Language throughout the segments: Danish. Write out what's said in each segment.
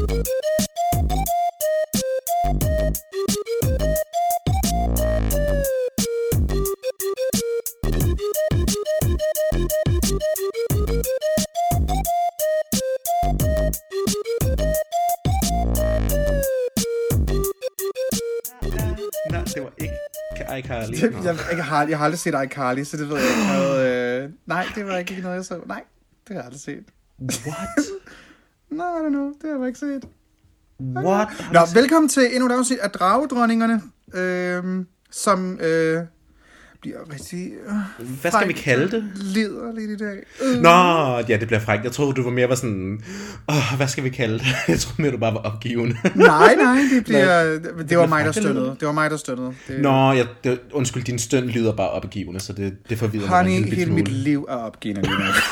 Det var ikke iCarly. Jeg har aldrig set iCarly, så det ved jeg ikke noget. Nej, det var ikke noget, jeg så. Nej, det har jeg aldrig set. What? No, I don't know. Det har jeg ikke set. What? Nå, velkommen til endnu et afsnit af Dragedronningerne, som bliver rigtig... Hvad skal vi kalde det? Lider lidt i dag. Nå, ja, det bliver frækt. Jeg troede, du var mere sådan... hvad skal vi kalde det? Jeg troede mere, du bare var opgivende. nej, det bliver... Det var mig, der støttede. Det var mig, der støttede. Nå, undskyld, din støn lyder bare opgivende, så det forvirrer mig. Honey, hele mit liv er opgivende lige nu.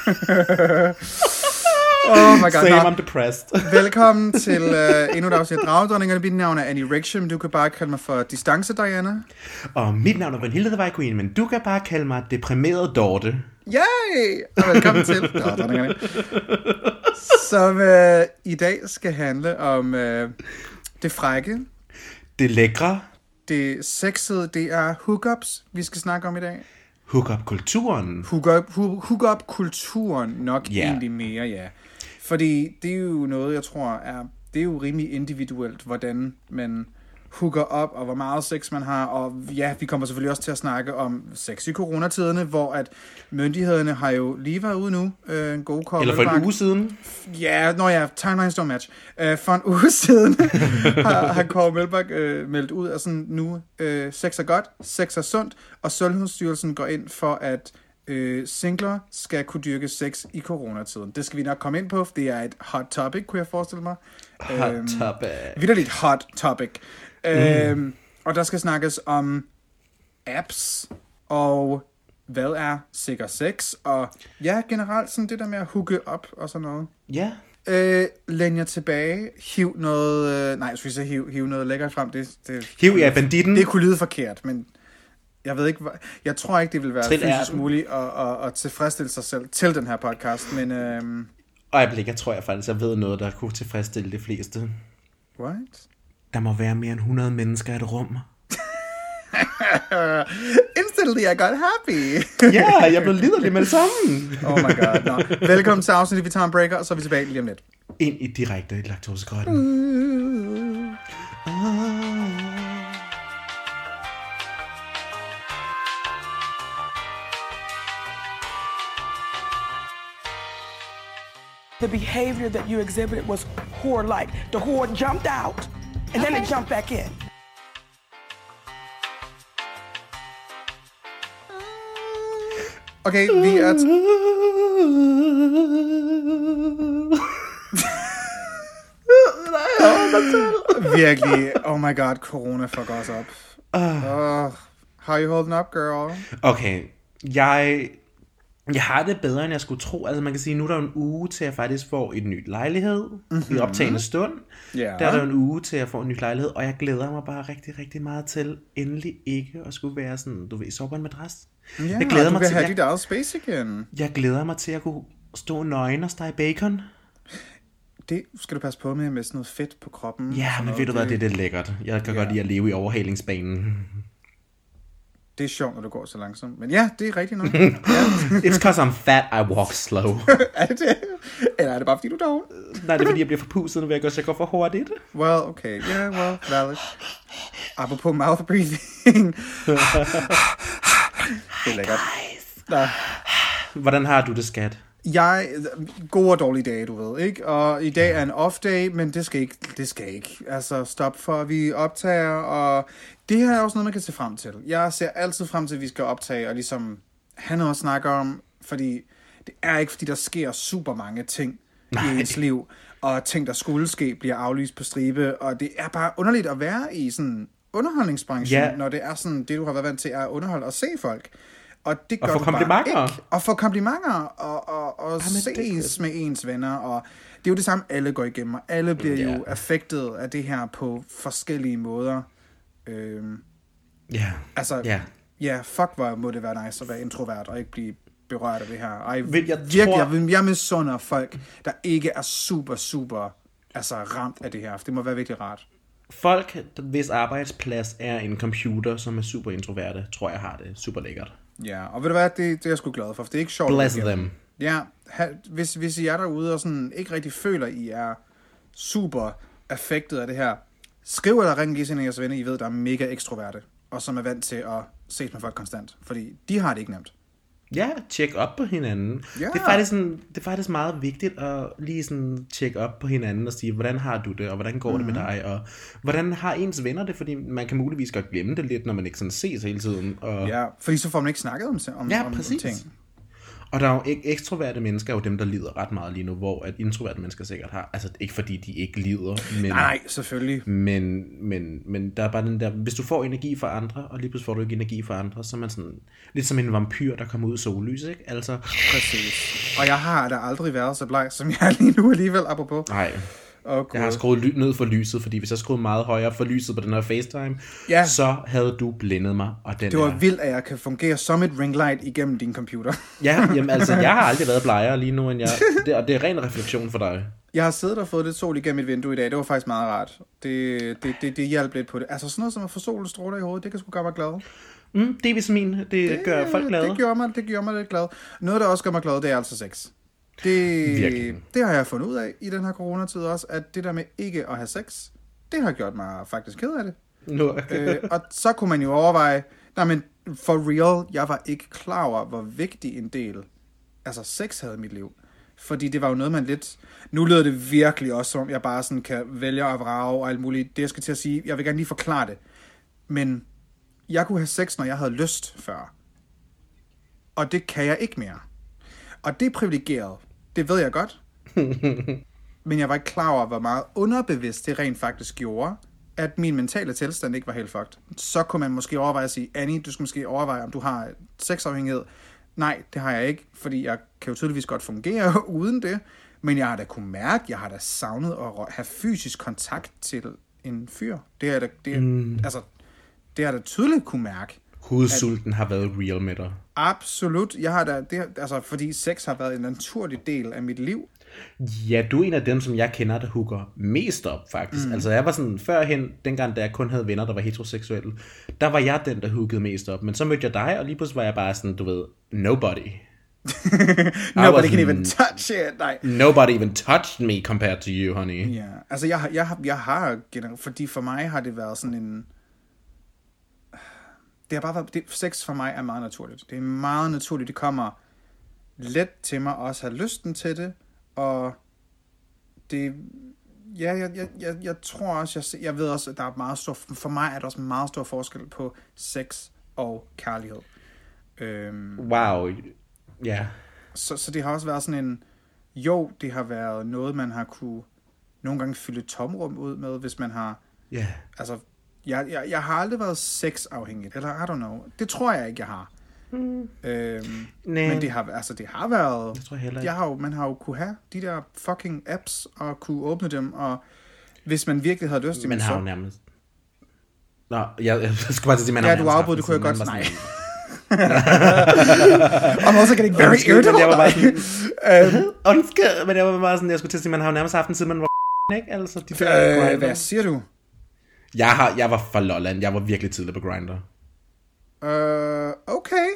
Oh my god. Same, I'm depressed. Velkommen til endnu et afsnit af Dragedronningerne. Mit navn er Annie Ricksham. Du kan bare kalde mig for Distance Diana. Og mit navn er Brynhilde The White Queen, men du kan bare kalde mig Deprimeret Dorte. Yay! Og velkommen til Dragedronningerne. Som i dag skal handle om det frække. Det lækre. Det sexede, det er hookups, vi skal snakke om i dag. Hookup-kulturen. Hookup-kulturen nok egentlig mere, ja. Fordi det er jo noget, jeg tror det er jo rimelig individuelt, hvordan man hooker op, og hvor meget sex man har. Og ja, vi kommer selvfølgelig også til at snakke om sex i coronatiderne, hvor at myndighederne har jo lige været ude nu. En god call. Eller for en uge siden. Ja, timelines don't match. For en uge siden har Kåre Mølbak meldt ud, at sådan nu sex er godt, sex er sundt, og Sundhedsstyrelsen går ind for, at singler skal kunne dyrke sex i coronatiden. Det skal vi nok komme ind på, for det er et hot topic, kunne jeg forestille mig. Hot topic. Vitterligt hot topic. Og der skal snakkes om apps, og hvad er sikker sex, og ja, generelt sådan det der med at hooke op og sådan noget. Ja. Læn jer tilbage, hiv noget, hiv noget lækkert frem. Hiv banditten. Det kunne lyde forkert, men jeg ved ikke, jeg tror ikke, det vil være fysisk muligt at tilfredsstille sig selv til den her podcast, men... Øjeblik, jeg tror faktisk, jeg ved noget, der kunne tilfredsstille de fleste. What? Der må være mere end 100 mennesker i et rum. Instantly I got happy. Ja, jeg blev liderlig med det samme. Oh my god. Nå. Velkommen til afsnittet, vi tager en breaker, og så er vi tilbage lige om lidt. Ind i direkte laktosegrøtten. The behavior that you exhibited was whore-like. The whore jumped out, and then it jumped back in. Okay, vi er... Virkelig, oh my god, corona fuck os op. How you holding up, girl? Okay, jeg har det bedre, end jeg skulle tro. Altså man kan sige, nu er der en uge til, at jeg faktisk får et nyt lejlighed. I optagende stund. Yeah. Der er der en uge til, at jeg får en ny lejlighed. Og jeg glæder mig bare rigtig, rigtig meget til endelig ikke at skulle være sådan, du ved, sove på en madras. Ja, jeg glæder mig til, have dit eget space igen. Jeg glæder mig til at kunne stå nøgen og stege bacon. Det skal du passe på med sådan noget fedt på kroppen. Ja, men ved du hvad, det er lækkert. Jeg kan godt lide at leve i overhalingsbanen. Det er sjovt, når du går så langsomt. Men ja, det er rigtigt nok. It's cause I'm fat, I walk slow. Er det det? Eller er det bare fordi du er doven? Nej, det er fordi jeg bliver for puset, når jeg går for hurtigt. Well, okay. Yeah, well, valid. Apropos mouth breathing. Det er lækkert. Hvordan har du det, skat? Gode og dårlige dage, du ved, ikke? Og i dag er en off day, men det skal ikke. Altså, stop for, at vi optager, og det her er også noget, man kan se frem til. Jeg ser altid frem til, at vi skal optage, og ligesom han også snakker om, fordi det er ikke, fordi der sker super mange ting i ens liv, og ting, der skulle ske, bliver aflyst på stribe, og det er bare underligt at være i sådan underholdningsbranchen, når det er sådan, det du har været vant til, er at underholde og se folk. Og det gør du bare ikke. Og få komplimenter, og ses med ens venner, og det er jo det samme, alle går igennem, og alle bliver jo affektet af det her på forskellige måder. Fuck, hvor må det være nice at være introvert, og ikke blive berørt af det her. Jeg misunder folk, der ikke er super, super altså ramt af det her. Det må være virkelig rart. Folk, hvis arbejdsplads er en computer, som er super introverte, tror jeg har det super lækkert. Ja, og ved du hvad, det er jeg sgu glad for det er ikke sjovt. Bless them. Ja, hvis I er derude og sådan ikke rigtig føler, I er super affektet af det her, skriv eller ring lige til en af jeres venner, I ved, der er mega ekstroverte, og som er vant til at ses med folk konstant, fordi de har det ikke nemt. Ja, tjek op på hinanden. Ja. Det er faktisk meget vigtigt at lige sådan tjekke op på hinanden og sige, hvordan har du det, og hvordan går det med dig, og hvordan har ens venner det, fordi man kan muligvis godt glemme det lidt, når man ikke sådan ses hele tiden. Og... Ja, fordi så får man ikke snakket om ting. Og der er jo ekstroverte mennesker, er jo dem, der lider ret meget lige nu, hvor at introverte mennesker sikkert har, altså ikke fordi de ikke lider, men... Nej, selvfølgelig. Men der er bare den der, hvis du får energi fra andre, og lige pludselig får du ikke energi fra andre, så er man sådan, lidt som en vampyr, der kommer ud af sollys, ikke? Altså... Præcis. Og jeg har da aldrig været så bleg, som jeg er lige nu alligevel, apropos. Nej. Jeg har skruet ned for lyset, fordi hvis jeg skruede meget højere for lyset på den her FaceTime, så havde du blændet mig. Og det var vildt, at jeg kan fungere som et ringlight igennem din computer. Ja, jamen altså, jeg har aldrig været blegere lige nu, end jeg... Og det er ren refleksion for dig. Jeg har siddet og fået lidt sol igennem mit vindue i dag. Det var faktisk meget rart. Det hjalp lidt på det. Altså sådan noget som at få solens stråler i hovedet, det kan sgu gøre mig glad. D-vitamin, det gør folk glade. Det gjorde mig lidt glad. Noget, der også gør mig glad, det er altså sex. Det har jeg fundet ud af i den her coronatid også, at det der med ikke at have sex, det har gjort mig faktisk ked af det. Og så kunne man jo overveje, men for real, jeg var ikke klar over, hvor vigtig en del, altså sex havde i mit liv. Fordi det var jo noget, man lidt... Nu lyder det virkelig også, som om jeg bare sådan kan vælge at vrage og alt muligt. Det jeg skal til at sige, jeg vil gerne lige forklare det. Men jeg kunne have sex, når jeg havde lyst før. Og det kan jeg ikke mere. Og det er privilegeret. Det ved jeg godt. Men jeg var ikke klar over, hvor meget underbevidst det rent faktisk gjorde, at min mentale tilstand ikke var helt fucked. Så kunne man måske overveje at sige, Annie, du skal måske overveje, om du har sexafhængighed. Nej, det har jeg ikke, fordi jeg kan jo tydeligvis godt fungere uden det. Men jeg har da kunne mærke, jeg har da savnet at have fysisk kontakt til en fyr. Det har jeg da tydeligt kunne mærke. Hudsulten har været real med dig. Absolut. Jeg har da, fordi sex har været en naturlig del af mit liv. Ja, du er en af dem, som jeg kender, der hooker mest op, faktisk. Altså, jeg var sådan, førhen, dengang, da jeg kun havde venner, der var heteroseksuelle, der var jeg den, der hookede mest op. Men så mødte jeg dig, og lige pludselig var jeg bare sådan, du ved, nobody. Nobody can even touch it. Nej. Nobody even touched me compared to you, honey. Ja, altså, jeg har generelt, fordi for mig har det været sådan en... Det har bare været, sex for mig er meget naturligt. Det er meget naturligt. Det kommer let til mig også have lysten til det. Og det... Ja, jeg tror også, jeg ved også, at der er meget stor... For mig er der også meget stor forskel på sex og kærlighed. Wow. Ja. Yeah. Så det har også været sådan en... Jo, det har været noget, man har kunne nogle gange fylde tomrum ud med, hvis man har... Ja. Yeah. Altså... Jeg har aldrig været sexafhængig, eller I don't know. Det tror jeg ikke, jeg har. Men det har været... Jeg tror heller ikke. Man har jo kunne have de der fucking apps, og kunne åbne dem, og hvis man virkelig havde lyst til... Man har jo nærmest... Nå, jeg skulle bare sige, man har nærmest... Ja, du afbrød, det kunne jeg godt... Nej. I'm also getting very irritable. Jeg var bare sådan... men jeg var bare sådan, jeg skulle til at sige, man har jo nærmest haft en tid, man var... ikke? Altså, de der hvad siger du? Jeg var fra Lolland. Jeg var virkelig tidlig på Grindr. Okay.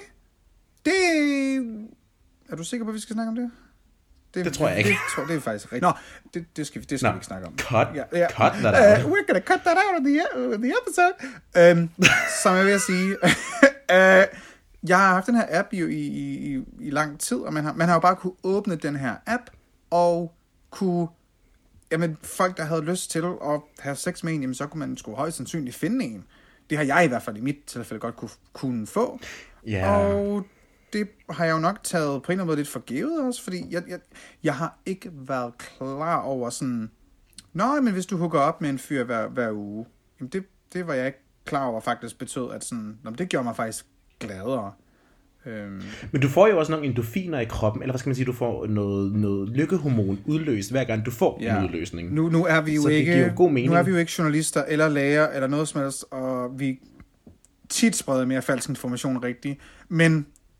Er du sikker på, at vi skal snakke om det? Det tror jeg ikke. Det er faktisk rigtigt. Nå, det skal vi ikke snakke om. Cut that out. We're gonna cut that out of the episode. Som jeg vil sige. Jeg har haft den her app i lang tid, og man har jo bare kunne åbne den her app, og kunne... Jamen, folk, der havde lyst til at have sex med en, jamen, så kunne man sgu højst sandsynligt finde en. Det har jeg i hvert fald i mit tilfælde godt kunne få. Yeah. Og det har jeg jo nok taget på en eller anden måde lidt forgævet også, fordi jeg har ikke været klar over sådan, men hvis du hooker op med en fyr hver uge, jamen det var jeg ikke klar over faktisk betød, at sådan, det gjorde mig faktisk gladere. Men du får jo også nogle endorfiner i kroppen, eller hvad skal man sige, du får noget lykkehormon udløst, hver gang du får en udløsning. Nu er vi jo så ikke, det giver jo god mening. Nu er vi jo ikke journalister eller læger eller noget som helst, og vi tit spreder mere falsk information rigtigt, men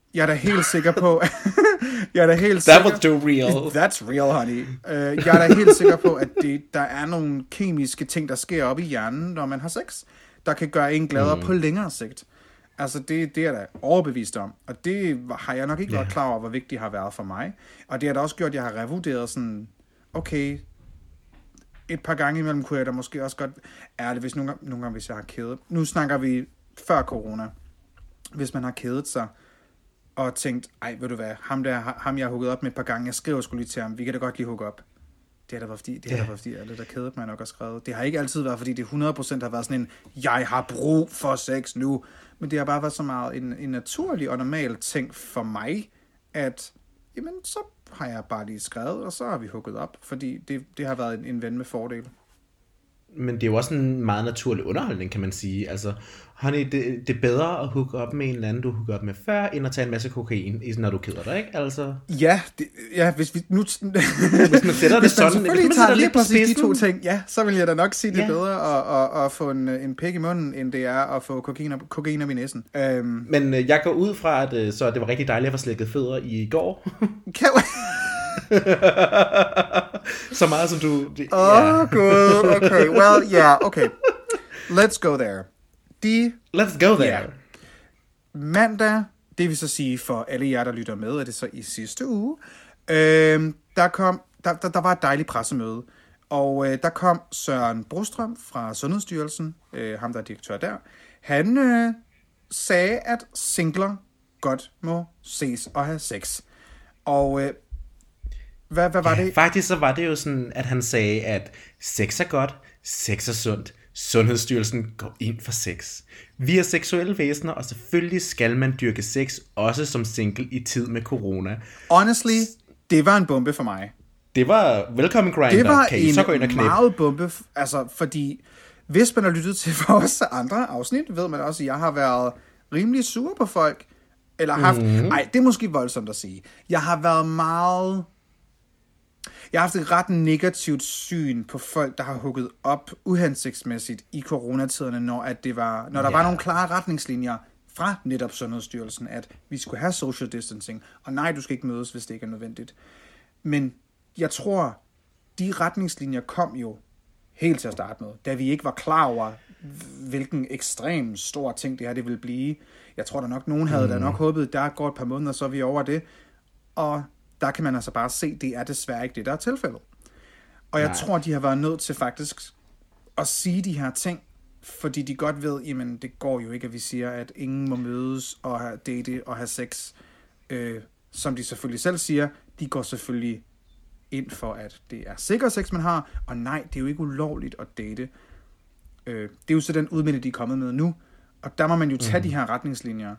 Jeg er da helt sikker på... That was too real. That's real, honey. Jeg er da helt sikker på, at der er nogle kemiske ting, der sker op i hjernen, når man har sex, der kan gøre en gladere på længere sigt. Altså, det er jeg da overbevist om. Og det har jeg nok ikke været klar over, hvor vigtigt det har været for mig. Og det har da også gjort, at jeg har revurderet sådan, okay, et par gange imellem kunne jeg da måske også godt, ærligt, hvis nogle gange, hvis jeg har kædet. Nu snakker vi før corona. Hvis man har kædet sig, og tænkt, ej, ved du hvad, ham jeg har hooket op med et par gange, jeg skriver sgu lige til ham, vi kan da godt lige hooke op. Det har da været fordi, alle der kædet mig nok har skrevet. Det har ikke altid været, fordi det 100% har været sådan en, jeg har brug for sex nu. Men det har bare været så meget en naturlig og normal ting for mig, at jamen, så har jeg bare lige skrevet, og så har vi hooket op, fordi det har været en ven med fordel. Men det er jo også en meget naturlig underholdning, kan man sige. Altså, honey, det er bedre at hooke op med en eller anden, du hooker op med før, end at tage en masse kokain, når du keder dig, ikke? Altså... Ja, hvis vi nu... hvis man sætter det sådan... Selvfølgelig hvis man tager lige præcis de to ting, ja, så vil jeg da nok sige, det er bedre at få en pæk i munden, end det er at få kokain op i næsen. Men jeg går ud fra, at så det var rigtig dejligt at få slækket fødder i går. Så meget som du... Good. Okay, well, yeah, okay. Let's go there. Let's go there. Yeah. Mandag, det vil så sige for alle jer, der lytter med, er det så i sidste uge, der var et dejligt pressemøde, og der kom Søren Brostrøm fra Sundhedsstyrelsen, ham der er direktør der. Han sagde, at singler godt må ses og have sex. Og... Hvad var det? Faktisk så var det jo sådan, at han sagde, at sex er godt, sex er sundt, Sundhedsstyrelsen går ind for sex. Vi er seksuelle væsener, og selvfølgelig skal man dyrke sex, også som single i tid med corona. Honestly, det var en bombe for mig. Det var velkommen Grindr. Det var kan I så gå ind og knæppe? meget bombe, altså fordi, hvis man har lyttet til vores andre afsnit, ved man også, at jeg har været rimelig sur på folk, eller haft, det er måske voldsomt at sige. Jeg har haft et ret negativt syn på folk, der har hugget op uhensigtsmæssigt i coronatiderne, når der var nogle klare retningslinjer fra netop Sundhedsstyrelsen, at vi skulle have social distancing, og nej, du skal ikke mødes, hvis det ikke er nødvendigt. Men jeg tror, de retningslinjer kom jo helt til at starte med, da vi ikke var klar over, hvilken ekstrem stor ting det her det ville blive. Jeg tror, der nok nogen havde da nok håbet, der går et par måneder, så er vi over det, og der kan man altså bare se, det er desværre ikke det, der er tilfældet. Og jeg tror, de har været nødt til faktisk at sige de her ting, fordi de godt ved, jamen det går jo ikke, at vi siger, at ingen må mødes og have date og have sex. Som de selvfølgelig selv siger, de går selvfølgelig ind for, at det er sikker sex, man har, og nej, det er jo ikke ulovligt at date. Det er jo så den udmelding, de er kommet med nu, og der må man jo tage de her retningslinjer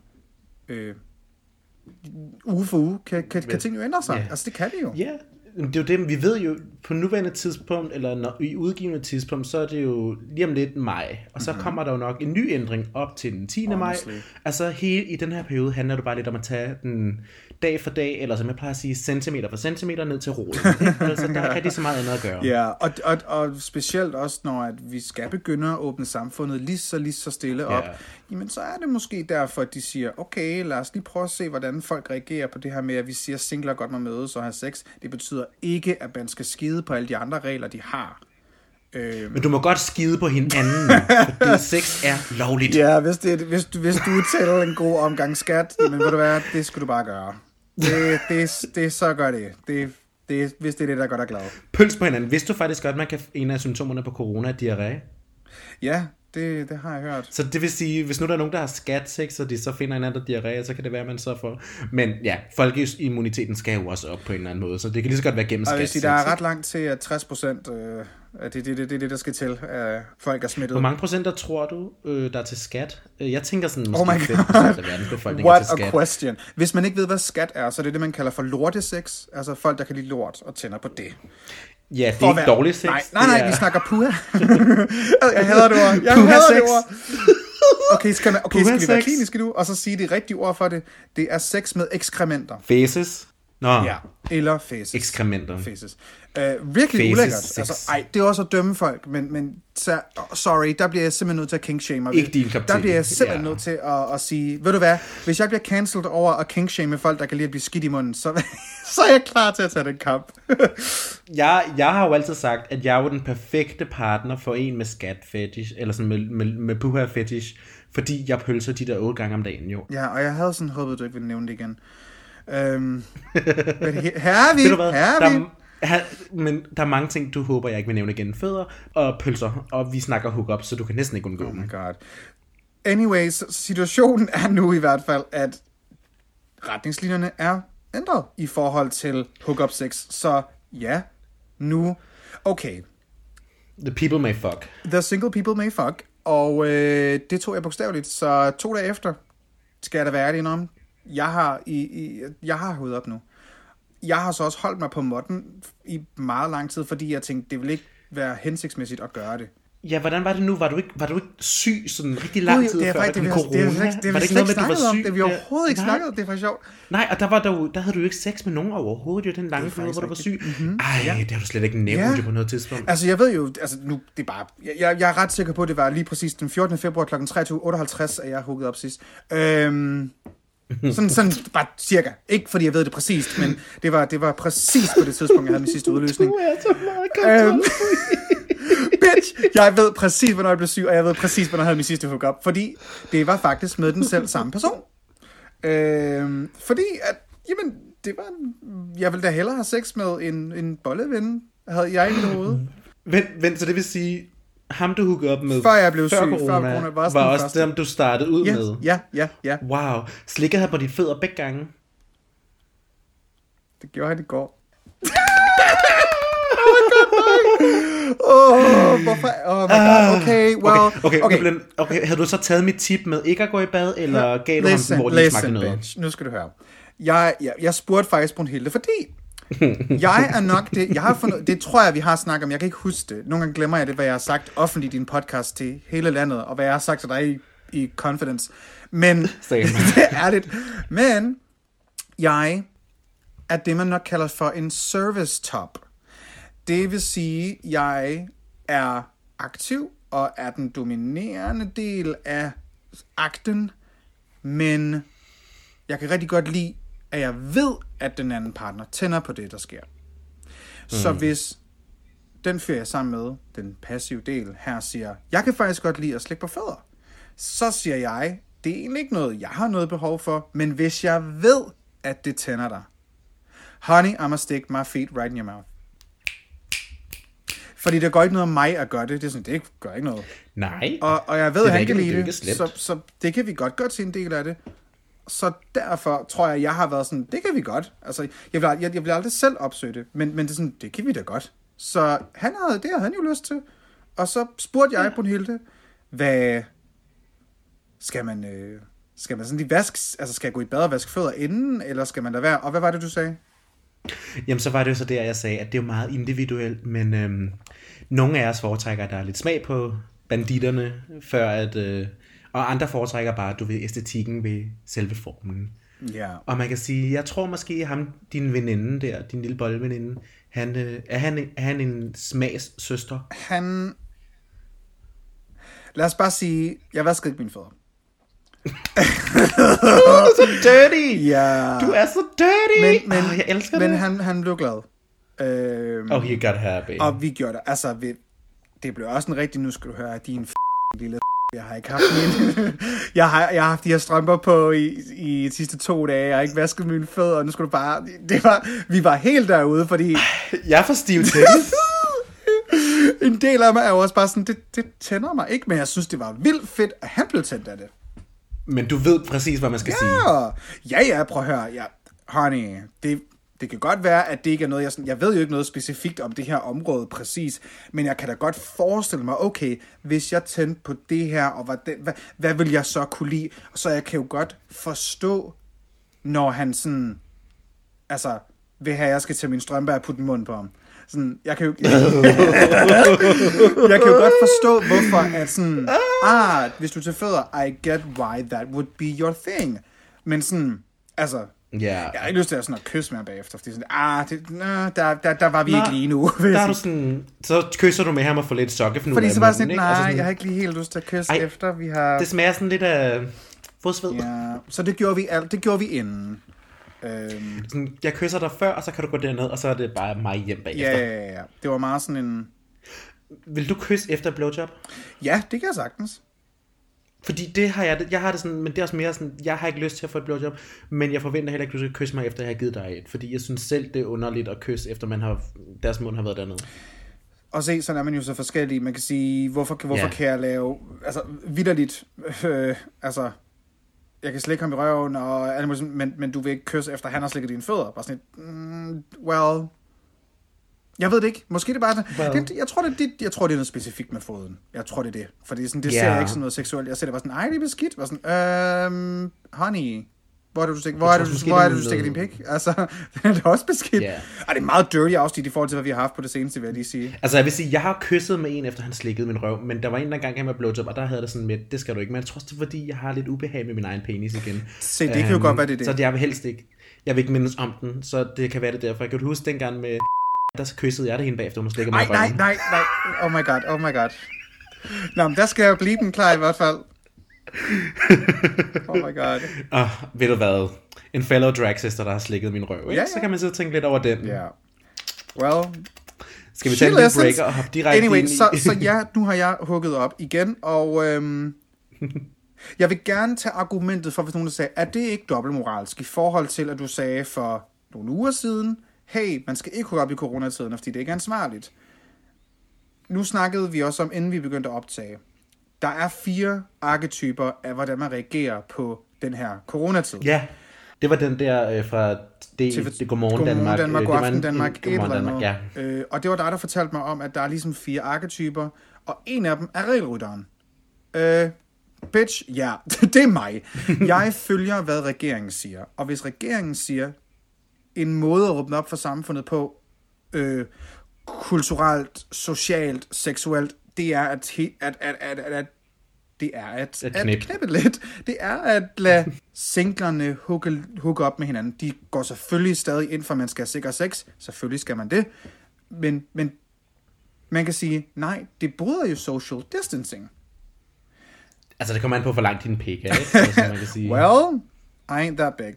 uge for uge, kan ting jo ændre sig. Yeah. Altså, det kan det jo. Ja, det er jo det, vi ved jo, på nuværende tidspunkt, eller når, i udgivende tidspunkt, så er det jo lige om lidt maj, og så kommer der jo nok en ny ændring op til den 10. maj. Altså, hele i den her periode handler det bare lidt om at tage den dag for dag, eller som jeg plejer at sige, centimeter for centimeter ned til roden. Altså, der er rigtig så meget andet at gøre. Ja, og specielt også, når at vi skal begynde at åbne samfundet lige så stille op, jamen så er det måske derfor, at de siger, okay, lad os lige prøve at se, hvordan folk reagerer på det her med, at vi siger, at singler godt må mødes og have sex. Det betyder ikke, at man skal skide på alle de andre regler, de har. Men du må godt skide på hinanden, fordi sex er lovligt. Ja, hvis du tæller en god omgang skat, men ved du hvad, det skal du bare gøre. Det så gør det. Hvis det er det, der gør dig glad. Pøls på hinanden. Vidste du faktisk godt, at man kan en af symptomerne på corona er diarré? Ja, det har jeg hørt. Så det vil sige, hvis nu der er nogen, der har skatsex, og de så finder en anden diarré, så kan det være, at man så får... Men ja, folkeimmuniteten skal jo også op på en eller anden måde, så det kan lige så godt være gennem skatsex. Og der er ret langt til, at 60% det er det, der skal til, at folk er smittet. Hvor mange procenter tror du, der er til skat? Jeg tænker sådan, måske 5% af verdens befolkning er til skat. What a question. Hvis man ikke ved, hvad skat er, så er det man kalder for lortesex. Altså folk, der kan lide lort og tænder på det. Ja, det er ikke dårligt sex. Nej, vi snakker puha. Jeg hader det ord. Jeg hader det ord. Okay, skal vi være kliniske nu, og så sige det rigtige ord for det. Det er sex med ekskrementer. Fæses. Nå, Ja, eller faces. ekskrementer. Faces. Virkelig Faces ulækkert. sex. Altså, det er også at dømme folk, men sorry, der bliver jeg simpelthen nødt til at kinkshame. Ikke din kop te. Der bliver jeg simpelthen nødt til at sige, ved du hvad, hvis jeg bliver cancelled over at kinkshame folk, der kan lide at blive skidt i munden, så er jeg klar til at tage den kamp. Jeg har jo altid sagt, at jeg er jo den perfekte partner for en med skat fetish, eller sådan med puha fetish, fordi jeg pølser de der 8 gange om dagen, jo. Ja, og jeg havde sådan håbet, du ikke ville nævne det igen. Men her er vi, Ved du hvad? her er vi. Men der er mange ting, du håber, jeg ikke vil nævne igen. Fødder og pølser, og vi snakker hook-up, så du kan næsten ikke undgå Oh dem. my god. Anyways, situationen er nu i hvert fald, at retningslinjerne er ændret i forhold til hookup sex. Så ja, nu... Okay, The people may fuck. the single people may fuck, og det tog jeg bogstaveligt. Så 2 dage efter skal jeg da være ærlig om. Jeg har hovedet op nu. Jeg har så også holdt mig på måtten i meget lang tid, fordi jeg tænkte, det ville ikke være hensigtsmæssigt at gøre det. Ja, hvordan var det nu? Var du ikke syg sådan rigtig lang tid før det den corona? det var det ikke noget med, at du var syg? Det vi overhovedet ikke snakket om. Det var sjovt. Nej, og der havde du jo ikke sex med nogen overhovedet, jo den lange periode, hvor du var syg. Ej, det har du slet ikke nævnt jo på noget tidspunkt. Altså, jeg ved jo, altså nu, det er bare, jeg er ret sikker på, at det var lige præcis den 14. februar kl. 23.58, at jeg hookede op sidst. Sådan bare cirka. Ikke fordi jeg ved det præcist, men det var præcis på det tidspunkt, jeg havde min sidste udløsning. Du er så meget Bitch! Jeg ved præcis, hvornår jeg blev syg, og jeg ved præcis, hvornår jeg havde min sidste hookup. Fordi det var faktisk med den selv samme person. Fordi at, jamen, det var... Jeg ville da hellere have sex med en bolleven, havde jeg i mit hoved. Vent, så det vil sige, ham du hookede op med Før jeg blev syg, corona, før corona var var den også første. dem, du startede ud med. Ja. Wow. Slikkede han på dine fødder begge gange? Det gjorde han i går. Hvorfor? Oh my god. Okay. Havde du så taget mit tip med ikke at gå i bad, eller gav du ham den, hvor det smagte noget? Bitch. Nu skal du høre. Jeg spurgte faktisk Brunhilde, fordi jeg er nok det, jeg har fundet, det tror jeg, vi har snakket om, jeg kan ikke huske det. Nogle gange glemmer jeg det, hvad jeg har sagt offentligt i din podcast til hele landet, og hvad jeg har sagt til dig i Confidence. Men, det er ærligt. Men, jeg er det, man nok kalder for en service top. Det vil sige, jeg er aktiv og er den dominerende del af akten, men jeg kan rigtig godt lide, at jeg ved, at den anden partner tænder på det, der sker. Så hvis den fyr jeg sammen med, den passive del her, siger, jeg kan faktisk godt lide at slikke på fødder, så siger jeg, det er egentlig ikke noget, jeg har noget behov for, men hvis jeg ved, at det tænder dig, honey, I'ma stick my feet right in your mouth. Fordi det går ikke noget om mig at gøre det. Det er sådan, det gør ikke noget. Nej. Og jeg ved, at han kan lide det, så det kan vi godt til en del af det. Så derfor tror jeg har været sådan, det kan vi godt. Altså, jeg vil aldrig selv opsøge det, men det er sådan, det kan vi da godt. Så det havde han jo lyst til. Og så spurgte jeg Brunhilde, hvad skal man sådan lige vaske, altså skal jeg gå i bad og vaske fødder inden, eller skal man lade være? Og hvad var det, du sagde? Jamen, så var det jo så der, jeg sagde, at det er jo meget individuelt, men nogle af os foretrækker, at der er lidt smag på banditterne, før at, og andre foretrækker bare, du ved, æstetikken ved selve formen. Ja. Og man kan sige, jeg tror måske, ham, din veninde der, din lille boldveninde, er han en smagssøster? Lad os bare sige, jeg vasker ikke mine fødder. Du er så dirty! Ja. Du er så dirty! Men jeg elsker det. Men han blev glad. He got happy. Og vi gjorde det. Altså, det blev også en rigtig, nu skal du høre, din lille jeg har ikke haft min. jeg har haft de her strømper på i de sidste 2 dage. Jeg har ikke vasket mine fødder, og nu skulle du bare... vi var helt derude, fordi... Jeg får stiv tennis. En del af mig er jo også bare sådan, det tænder mig ikke, men jeg synes, det var vildt fedt, at han blev tændt af det. Men du ved præcis, hvad man skal sige. Ja, prøv at høre. Ja, honey, det kan godt være, at det ikke er noget, jeg ved jo ikke noget specifikt om det her område præcis, men jeg kan da godt forestille mig, okay, hvis jeg tændte på det her, og hvad vil jeg så kunne lide? Så jeg kan jo godt forstå, når han sådan, altså, vil have, jeg skal tage min strømpe og putte en mund på ham. Sådan, jeg kan jo godt forstå, hvorfor at sådan, hvis du tager fødder, I get why that would be your thing. Men sådan, altså, Jeg har ikke lyst til at, sådan at kysse med ham bagefter, fordi sådan, der var vi ikke lige nu. Der er du sådan, så kysser du med ham og får lidt sokkefnud. Fordi så var sådan, jeg har ikke lige helt lyst til at kysse efter, vi har... Det smager sådan lidt af fodsved. Ja, så det gjorde vi inden. Sådan, jeg kysser dig før, og så kan du gå derned, og så er det bare mig hjem bagefter. Ja. Det var meget sådan en... Vil du kysse efter blowjob? Ja, det kan jeg sagtens. Fordi det har jeg har det sådan, men det er også mere sådan, jeg har ikke lyst til at få et blowjob, men jeg forventer heller ikke, at du skal kysse mig efter, jeg har givet dig et. Fordi jeg synes selv, det er underligt at kysse, efter deres mund har været dernede. Og se, sådan er man jo så forskellig. Man kan sige, hvorfor kan jeg lave, altså vitterligt, altså, jeg kan slikke ham i røven, og, men du vil ikke kysse efter, han har slikket dine fødder. Bare sådan well... Jeg ved det ikke. Måske det er bare... Jeg tror, det er noget specifikt med foden. Jeg tror, det er det. Fordi sådan, det ser jeg ikke som noget seksuelt. Jeg ser det bare sådan, det er beskidt. Bare sådan, honey, hvor er det, du stikker din pik? Altså, det er også beskidt. Yeah. Og det er meget dirty afsnit i forhold til, hvad vi har haft på det seneste, vil jeg lige sige. Altså, jeg vil sige, jeg har kysset med en, efter han slikkede min røv, men der var en, der engang med blowjob, og der havde det sådan med, det skal du ikke. Men jeg tror også, det er, fordi jeg har lidt ubehag med min egen penis igen. Se, det kan jo godt være, det er det. Så jeg vil helst ikke. Jeg vil ikke mindes om den, så det kan være det derfor. Jeg kan huske dengang med... Der kyssede jeg det hende bagefter, hun slikkede mig i røven. Nej. Oh my god. Nå, men der skal jeg jo blive den klar i hvert fald. Oh my god. Ved du hvad? En fellow drag sister, der har slikket min røv, ikke? Så kan man sidde og tænke lidt over den. Ja. Well... Skal vi tage en lille break og hoppe direkte ind i... så ja, nu har jeg hugget op igen, og... jeg vil gerne tage argumentet for, hvis nogen der sagde, er det ikke dobbeltmoralsk i forhold til, at du sagde for nogle uger siden, hey, man skal ikke hugge op i coronatiden, fordi det ikke er ansvarligt. Nu snakkede vi også om, inden vi begyndte at optage. Der er 4 arketyper af, hvordan man reagerer på den her coronatid. Ja, det var den der fra det Godmorgen Danmark. Godaften Danmark, ja. Og det var dig, der fortalte mig om, at der er ligesom 4 arketyper, og en af dem er regelrytteren. Bitch, ja, det er mig. Jeg følger, hvad regeringen siger. Og hvis regeringen siger, en måde at åbne op for samfundet på, kulturelt, socialt, seksuelt, det er at knippe lidt. Det er at lade singlerne hooke op med hinanden. De går selvfølgelig stadig ind for, at man skal have sikker sex. Selvfølgelig skal man det. Men man kan sige, nej, det bryder jo social distancing. Altså, det kommer an på, hvor langt din pik er, ikke? Altså, man kan sige. Well, I ain't that big.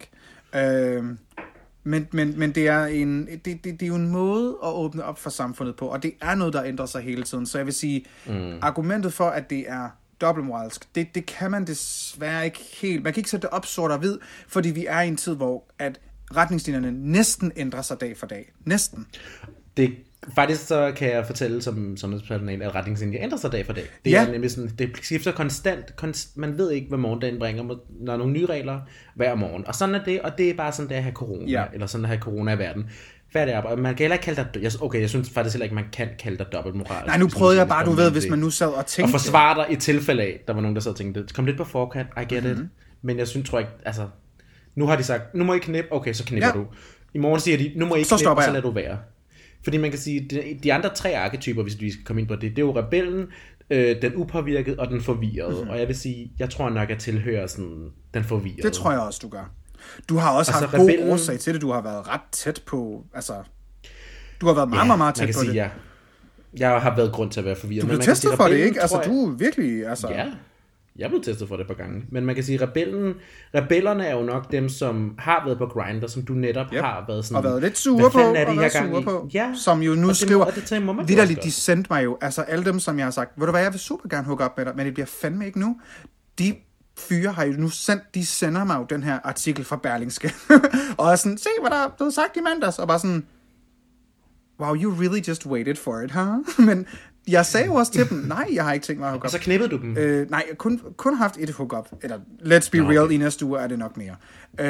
Men det er det er jo en måde at åbne op for samfundet på, og det er noget, der ændrer sig hele tiden. Så jeg vil sige, argumentet for, at det er dobbeltmoralsk, det kan man desværre ikke helt. Man kan ikke sætte det op sort og hvid, fordi vi er i en tid, hvor at retningslinjerne næsten ændrer sig dag for dag. Næsten. Faktisk så kan jeg fortælle som sundhedspersonale, at retningslinjer ændrer sig dag for dag. Det er nemlig sådan, det skifter konstant. Man ved ikke, hvad morgendagen bringer. Der er nogle nye regler hver morgen. Og sådan er det, og det er bare sådan, det er at have corona. Eller sådan at have corona i verden. Færdig arbejde. Man kan heller ikke kalde dig... Okay, jeg synes faktisk heller ikke, man kan kalde dig dobbeltmoral. Nej, nu prøvede jeg bare, du ved, hvis man nu sad og tænkte... Og forsvare dig i tilfælde af, der var nogen, der sad og tænkte, kom lidt på forkant, I get it. Men jeg tror ikke, altså... Nu har de sagt, nu må I knippe, okay, så knipper du. I morgen siger de, nu må I knippe, og så lader du være. Fordi man kan sige, de andre 3 arketyper, hvis vi skal komme ind på det er jo rebellen, den upåvirkede og den forvirrede. Og jeg vil sige, jeg tror nok, jeg tilhører sådan den forvirrede. Det tror jeg også, du gør. Du har også haft god årsag til det. Du har været ret tæt på, altså... Du har været meget tæt på sige, det. Jeg har været grund til at være forvirret. Du blev testet for det, ikke? Altså, du er virkelig... Altså... Ja, jeg blev testet for det på gange. Men man kan sige, rebellerne er jo nok dem, som har været på Grindr, som du netop har været sådan... Og været lidt sure på, Ja. Som jo nu skriver... Vitterligt, de sendte mig jo... Altså, alle dem, som jeg har sagt, ved du hvad, jeg vil super gerne hooke op med dig, men det bliver fandme ikke nu. De fyre har jo nu sendt... De sender mig jo den her artikel fra Berlingske. Og er sådan, se hvad der er blevet sagt i mandags. Og bare sådan... Wow, you really just waited for it, huh? Men... Jeg sagde jo også til dem, nej, jeg har ikke tænkt mig at hooke op. Og så knippede du dem? Nej, jeg kun haft et hookup. Eller, let's be real, i næste uge er det nok mere.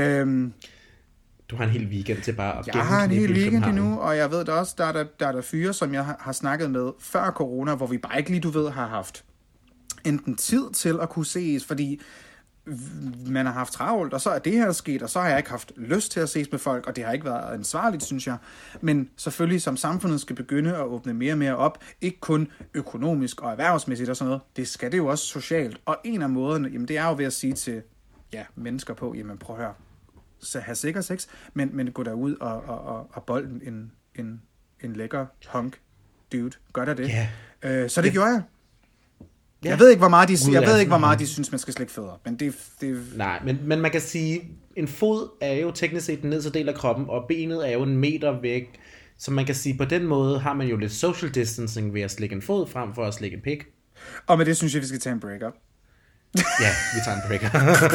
Du har en hel weekend til bare at Jeg har en hel weekend endnu, og jeg ved da også, der er fyre, som jeg har snakket med før corona, hvor vi bare ikke lige, du ved, har haft enten tid til at kunne ses, fordi man har haft travlt, og så er det her sket, og så har jeg ikke haft lyst til at ses med folk, og det har ikke været ansvarligt, synes jeg. Men selvfølgelig, som samfundet skal begynde at åbne mere og mere op, ikke kun økonomisk og erhvervsmæssigt og sådan noget, det skal det jo også socialt. Og en af måderne, jamen det er jo ved at sige til mennesker på, jamen prøv at høre, have sikker sex, men gå derud og bolde en lækker hunk dude. Gør der det? Yeah. Så det gjorde jeg. Ja. Jeg ved ikke, hvor meget de synes, man skal slikke fødder. Men det... Nej, men man kan sige, en fod er jo teknisk set den nederste del af kroppen, og benet er jo 1 meter væk. Så man kan sige, på den måde har man jo lidt social distancing ved at slikke en fod frem for at slikke en pik. Og med det synes jeg, vi skal tage en break-up. Ja, vi tager en break-up.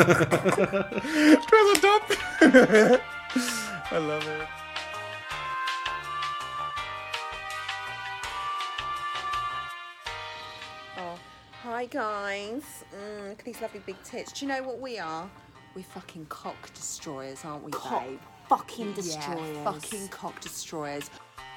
Du er så dum. I love it. Hi guys, look at these lovely big tits. Do you know what we are? We're fucking cock destroyers, aren't we, babe? Fucking destroyers. Yeah, fucking cock destroyers.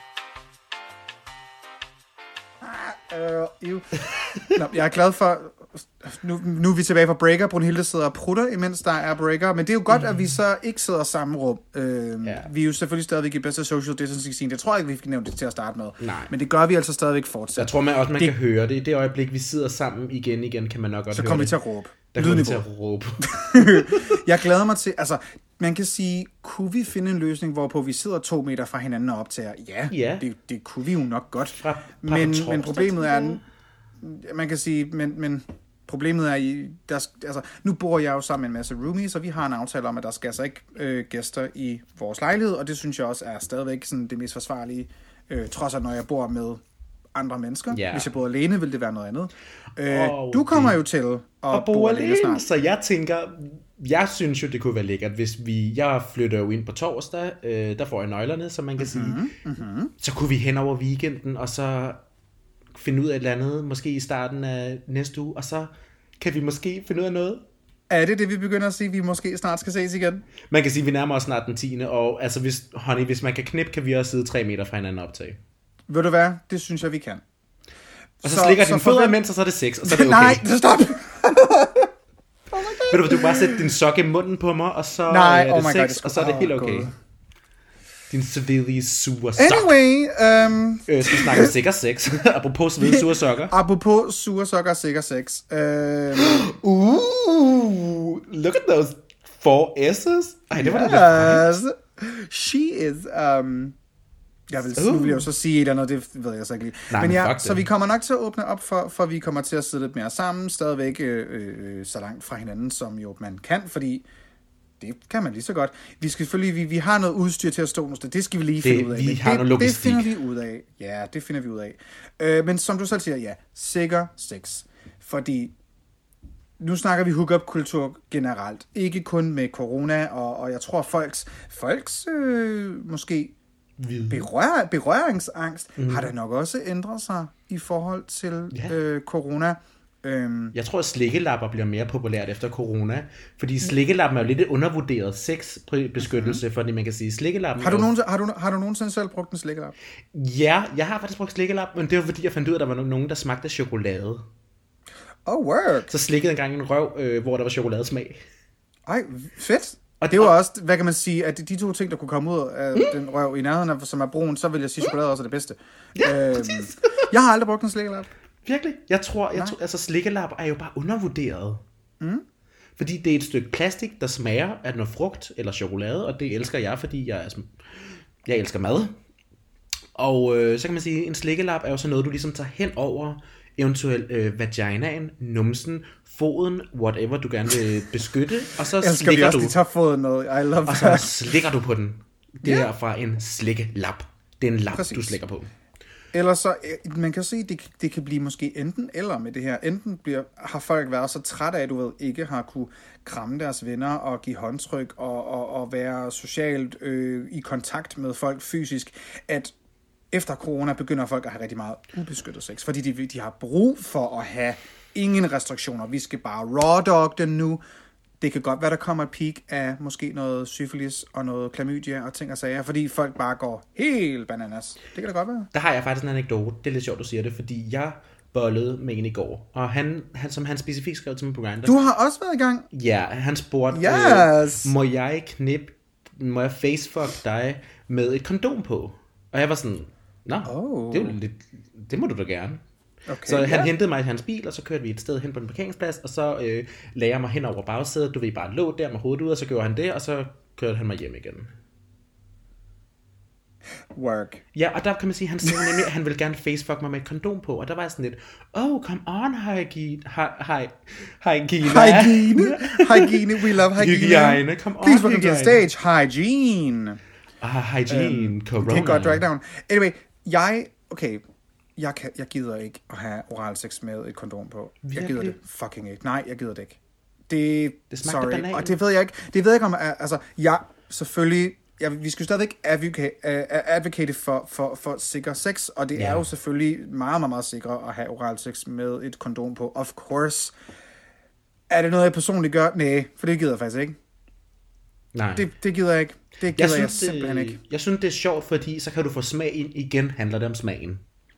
Nå, jeg er glad for... Nu er vi tilbage fra breaker. Brunhilde sidder og prutter, imens der er breaker. Men det er jo godt, at vi så ikke sidder i samme rum. Vi er jo selvfølgelig stadigvæk i bedste social distancing scene. Det tror jeg ikke, vi fik nævnt det til at starte med. Nej. Men det gør vi altså stadigvæk fortsat. Jeg tror man kan høre det. I det øjeblik, vi sidder sammen igen, kan man nok godt så høre det. Så kommer vi til at råbe. Der kommer vi til at råbe. Jeg glæder mig til... Altså, man kan sige, kunne vi finde en løsning, hvorpå vi sidder 2 meter fra hinanden og optager? Ja. Det kunne vi jo nok godt. Men problemet er... Man kan sige, men problemet er, nu bor jeg jo sammen med en masse roomies, og vi har en aftale om, at der skal altså ikke gæster i vores lejlighed, og det synes jeg også er stadigvæk sådan det mest forsvarlige, trods at når jeg bor med andre mennesker. Yeah. Hvis jeg bor alene, vil det være noget andet. Du kommer jo til at bo alene snart. Så jeg tænker, jeg synes jo, det kunne være lækkert, hvis jeg flytter jo ind på torsdag, der får jeg nøglerne, som man kan sige. Så kunne vi hen over weekenden, og så finde ud af et eller andet, måske i starten af næste uge, og så kan vi måske finde ud af noget. Er det, vi begynder at sige, vi måske snart skal ses igen? Man kan sige, vi nærmer os snart den 10. Og altså, hvis man kan knippe, kan vi også sidde 3 meter fra hinanden optage. Ved du hvad? Det synes jeg, vi kan. Og så slikker din fødder imens, og så er det sex, og så er det okay. Nej, stop! Ved du bare sætte din sok i munden på mig, og så er det sex, og så er det helt okay. God. Din svedige sure sok. Anyway, skal vi snakke om sikker sex? Apropos svedige sure sokker. Apropos sure sokker og sikker sex. Look at those 4 S's. Ej, det var yes. Det lidt. She is... nu vil jeg jo så sige et eller andet, det ved jeg så ikke lige. Nej, men ja, så vi kommer nok til at åbne op for vi kommer til at sidde lidt mere sammen, stadigvæk så langt fra hinanden, som jo man kan, fordi det kan man lige så godt. Vi skal selvfølgelig, vi har noget udstyr til at stå nogle steder, det skal vi lige finde ud af. Det finder vi ud af. Ja, det finder vi ud af. Men som du selv siger, ja, sikker sex. Fordi nu snakker vi hookup-kultur generelt. Ikke kun med corona, og jeg tror folks måske berøringsangst har da nok også ændret sig i forhold til corona. Jeg tror, at slikkelapper bliver mere populært efter corona, fordi slikkelappen er jo lidt et undervurderet sexbeskyttelse, fordi man kan sige, slikkelappen... Har du nogensinde selv brugt en slikkelap? Ja, jeg har faktisk brugt slikkelap, men det var fordi, jeg fandt ud af, at der var nogen, der smagte chokolade. Oh, work! Så slikkede engang en røv, hvor der var chokoladesmag. Ej, fedt! Og det var også, hvad kan man sige, at de 2 ting, der kunne komme ud af den røv i nærheden, som er brun, så vil jeg sige, chokolade også er det bedste. Ja, jeg har aldrig brugt en slikkelap. Virkelig? Jeg tror altså slikkelapper er jo bare undervurderet. Fordi det er et stykke plastik, der smager af noget frugt eller chokolade, og det elsker jeg, fordi jeg elsker mad. Og så kan man sige, en slikkelap er jo sådan noget, du ligesom tager hen over eventuelt vaginaen, numsen, foden, whatever du gerne vil beskytte, og så slikker du. De tager foden med. I love og så slikker du på den. Det er fra en slikkelap. Det er en lap, du slikker på. Eller så, man kan se, det kan blive måske enten eller med det her. Enten har folk været så trætte af, du ved, ikke har kunne kramme deres venner og give håndtryk og være socialt i kontakt med folk fysisk, at efter corona begynder folk at have rigtig meget ubeskyttet sex, fordi de har brug for at have ingen restriktioner. Vi skal bare raw dog den nu. Det kan godt være, der kommer et peak af måske noget syfilis og noget klamydia og ting og sager, fordi folk bare går helt bananas. Det kan da godt være. Der har jeg faktisk en anekdote. Det er lidt sjovt, du siger det, fordi jeg bollede med en i går, og han som han specifikt skrev til mig på Grindr. Du har også været i gang? Ja, han spurgte, må jeg facefuck dig med et kondom på? Og jeg var sådan, det er jo lidt, det må du da gerne. Okay, så han hentede mig i hans bil, og så kørte vi et sted hen på en parkeringsplads, og så lagde jeg mig hen over bagsædet, du ved, bare lå der med hovedet ud, og så gjorde han det, og så kørte han mig hjem igen. Work. Ja, og der kan man sige, han sagde nemlig, at han ville gerne facefuck mig med et kondom på, og der var jeg sådan lidt, come on, hygiene, we love hygiene. Hygiene, come on, please welcome to the stage, hygiene. Hygiene, corona. Det er godt drag down. Anyway, jeg gider ikke at have oral sex med et kondom på. Jeg gider det fucking ikke. Nej, jeg gider det ikke. Det smagte banan. Og det ved jeg ikke. Det ved jeg ikke om, altså, selvfølgelig, vi skal jo stadigvæk advocate for sikker sex, og det er jo selvfølgelig meget, meget, meget sikkert at have oral sex med et kondom på. Of course. Er det noget, jeg personligt gør? Nej, for det gider jeg faktisk ikke. Nej. Det gider jeg ikke. Det gider jeg simpelthen ikke. Jeg synes, det er sjovt, fordi så kan du få smag ind igen, handler det om smagen.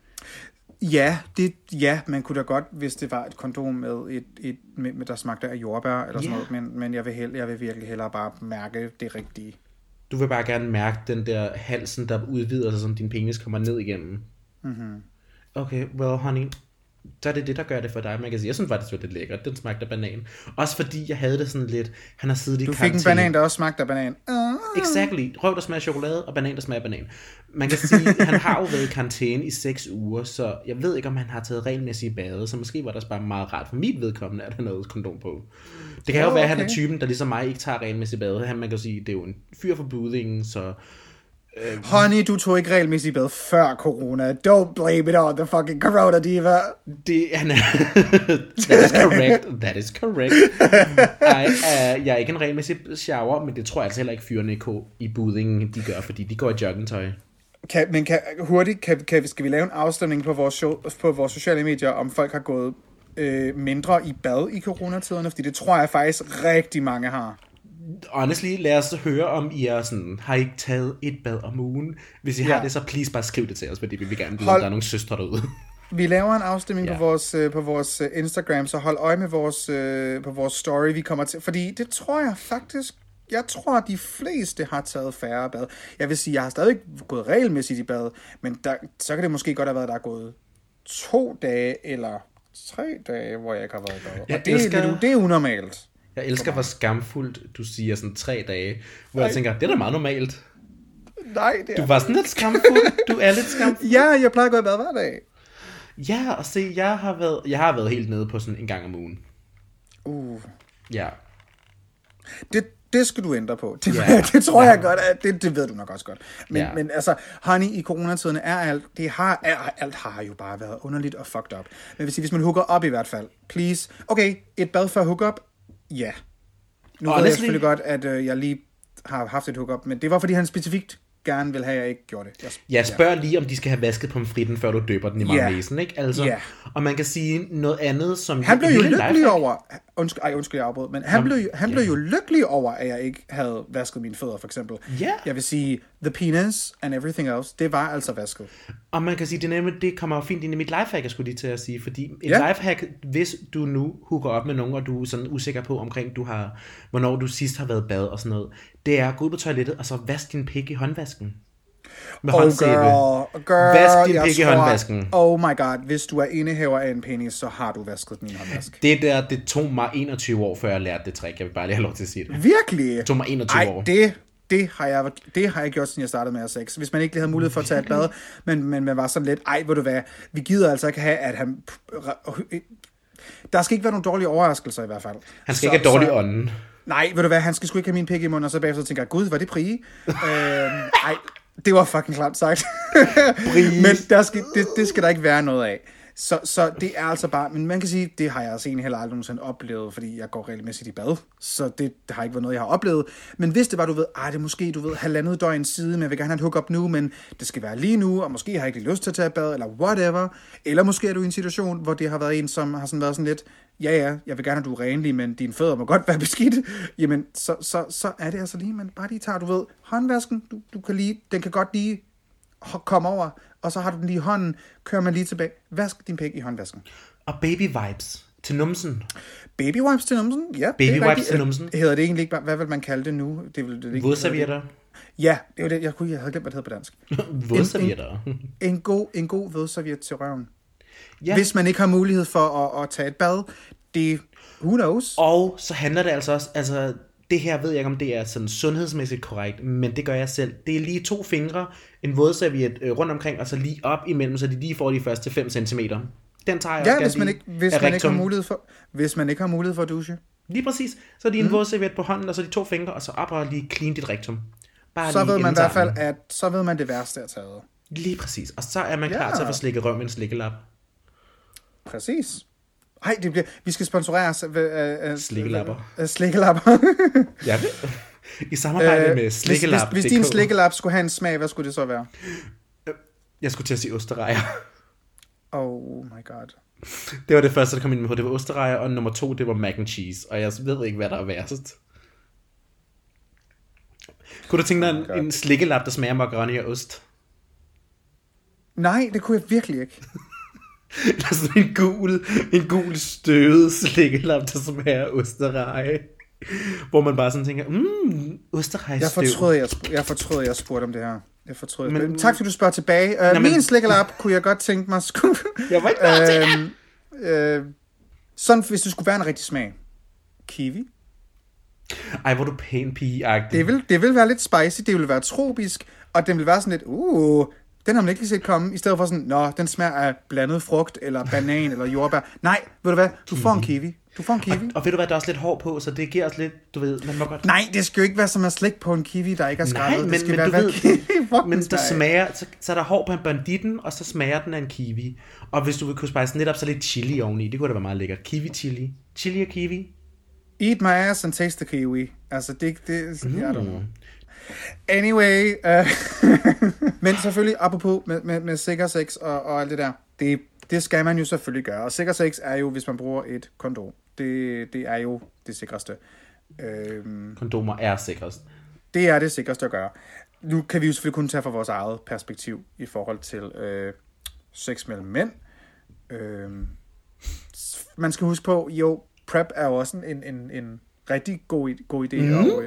Ja, man kunne da godt, hvis det var et kondom med der smagte af jordbær eller sådan noget, men jeg vil virkelig hellere bare mærke det rigtige. Du vil bare gerne mærke den der halsen, der udvider sig, som din penis kommer ned igennem. Mm-hmm. Okay, well honey, så er det der gør det for dig. Man kan sige, jeg synes faktisk, det var lidt lækkert. Den smagte af banan. Også fordi jeg havde det sådan lidt, han har siddet i karantæne. Du fik en banan, der også smagte af banan. Exactly. Røv, der smager chokolade, og banan, der smager banan. Man kan sige, han har jo været i karantæne i 6 uger, så jeg ved ikke, om han har taget regelmæssigt bade, så måske var det bare meget rart for mit vedkommende, at han havde kondom på. Det kan jo være, at han er typen, der ligesom mig ikke tager regelmæssigt bade. Man kan sige, det er jo en fyr for budingen, så... Honey, du tog ikke regelmæssigt bad før corona. Don't blame it on the fucking corona, diva. That is correct. Jeg er ikke en regelmæssig shower, men det tror jeg altså heller ikke fyrene i budingen, de gør, fordi de går i joggingtøj. Skal vi lave en afstemning på vores sociale medier, om folk har gået mindre i bad i coronatiderne? Fordi det tror jeg faktisk rigtig mange har. Honestly, lad os høre, om I er sådan, har I ikke taget et bad om ugen? Hvis I har det, så please bare skriv det til os, fordi vi vil gerne vide, om der er nogle søstre derude. Vi laver en afstemning på vores Instagram, så hold øje med på vores story, vi kommer til. Fordi det tror jeg faktisk, at de fleste har taget færre bad. Jeg vil sige, jeg har stadig gået regelmæssigt i bad, men så kan det måske godt have været, at der er gået 2 dage eller 3 dage, hvor jeg ikke har været i bad. Og det er unormalt. Jeg elsker, hvor skamfuldt du siger sådan 3 dage, hvor jeg tænker, det er da meget normalt. Nej, det er... Du var sådan lidt skamfuld. Du er lidt skamfuld. Ja, jeg plejer at gå i bad hver dag. Ja, og se, jeg har været helt nede på sådan en gang om ugen. Ja. Det skal du ændre på. Det tror jeg godt, at det ved du nok også godt. Men altså, honey, i coronatiden er alt har jo bare været underligt og fucked up. Men hvis man hooker op i hvert fald, please. Okay, et bad før hookup. Ja. Nu ved jeg selvfølgelig godt, at jeg lige har haft et hookup, men det var, fordi han specifikt gerne ville have, at jeg ikke gjorde det. Jeg spørger lige, om de skal have vasket pomfritten, før du døber den i mayonnaisen, ikke? Altså, og man kan sige noget andet, som... Han blev jo lykkelig over... Undskyld, jeg afbrød, men han blev jo lykkelig over, at jeg ikke havde vasket mine fødder, for eksempel. Jeg vil sige, the penis and everything else, det var altså vasket. Og man kan sige, det kommer jo fint ind i mit lifehack, jeg skulle lige til at sige, fordi et lifehack, hvis du nu hooker op med nogen, og du er sådan usikker på omkring, hvornår du sidst har været bad og sådan noget, det er at gå ud på toilettet, og så vask din pik i håndvasken. Med girl, vask din pik i håndvasken. Oh my god, hvis du er indehaver af en penis, så har du vasket den i håndvask. Det tog mig 21 år, før jeg lærte det trick. Jeg vil bare lige have lov til at sige det. Virkelig? Det tog mig 21 år. Det har jeg gjort, siden jeg startede med at have sex. Hvis man ikke lige havde mulighed for at tage et bad, men man var sådan lidt, ved du hvad, vi gider altså ikke have, at han... Der skal ikke være nogen dårlige overraskelser i hvert fald. Han skal ikke have dårlig ånden. Nej, ved du hvad, han skal sgu ikke have min pik i munden, og så bagefter tænker jeg, gud, var det prie? Det var fucking klamt sagt. Men det skal der ikke være noget af. Så det er altså bare, men man kan sige, det har jeg altså egentlig heller aldrig nogensinde oplevet, fordi jeg går regelmæssigt i bad, så det har ikke været noget, jeg har oplevet. Men hvis det var, det er måske, 1,5 døgn siden, men jeg vil gerne have et hookup nu, men det skal være lige nu, og måske har jeg ikke lyst til at tage et bad, eller whatever. Eller måske er du i en situation, hvor det har været en, som har sådan været sådan lidt, jeg vil gerne have, du er renlig, men dine fødder må godt være beskidt. Jamen, så er det altså lige, men bare lige tager, håndvasken, du kan lige, den kan godt lige komme over, og så har du den lige i hånden, kører man lige tilbage, vask din pik i håndvasken. Og baby wipes til numsen. Baby wipes til numsen? Ja. Baby wipes til numsen. Hedder det egentlig ikke, hvad vil man kalde det nu? Vådservietter. Ja, det var det, jeg havde glemt, hvad det hedder på dansk. Vådservietter. En god vådserviet til røven. Ja. Hvis man ikke har mulighed for at tage et bad, who knows? Og så handler det altså også, det her ved jeg ikke, om det er sådan sundhedsmæssigt korrekt, men det gør jeg selv. Det er lige 2 fingre, en vådserviet rundt omkring, og så lige op imellem, så de lige får de første 5 cm. Den tager jeg hvis man ikke har mulighed for at dusche. Lige præcis. Så er de en vådserviet på hånden, og så de 2 fingre, og så op og lige clean dit rektum. Så ved man i hvert fald, at så ved man det værste er taget. Lige præcis. Og så er man klar til at få slikket røv med en slikkelap. Præcis. Ej, vi skal sponsoreres af slikkelapper. Slikkelapper. Ja, i samarbejde med slikkelap. Hvis din slikkelap skulle have en smag, hvad skulle det så være? Jeg skulle til at sige osterejer. Oh my god. Det var det første, der kom ind med. Det var osterejer, og nummer 2, det var mac and cheese. Og jeg ved ikke, hvad der er værst. Kunne du tænke dig en slikkelap, der smager macaroni og ost? Nej, det kunne jeg virkelig ikke. Eller sådan en gul støvet slikkelap, der smager ostereje. Hvor man bare sådan tænker, ostereje støv. Jeg fortrød, jeg spurgte om det her. Men tak fordi du spørger tilbage. Min slikkelap kunne jeg godt tænke mig skulle... Jeg var ikke klar til det. Sådan, hvis det skulle være en rigtig smag. Kiwi. Ej, hvor du pæn pige-agtig. Det vil være lidt spicy, det vil være tropisk, og den vil være sådan lidt, den har man ikke lige set komme, i stedet for sådan, den smager af blandet frugt, eller banan, eller jordbær. Nej, ved du hvad, du får en kiwi. Og ved du hvad, der er også lidt hår på, så det giver os lidt, du ved, man må godt... Nej, det skal jo ikke være som at slikke på en kiwi, der ikke er skrællet. Nej, men du ved, men der smager, så er der hår på en banditten, og så smager den af en kiwi. Og hvis du vil kunne spejse lidt op, så lidt chili oveni, det kunne da være meget lækkert. Kiwi-chili. Chili og kiwi. Eat my ass and taste the kiwi. Altså, det I don't know. Anyway, men selvfølgelig, apropos med sikker sex og alt det der, det skal man jo selvfølgelig gøre. Og sikker sex er jo, hvis man bruger et kondom. Det er jo det sikreste. Kondomer er sikrest. Det er det sikreste at gøre. Nu kan vi jo selvfølgelig kun tage fra vores eget perspektiv i forhold til sex mellem mænd. Man skal huske på, PrEP er jo også en rigtig god idé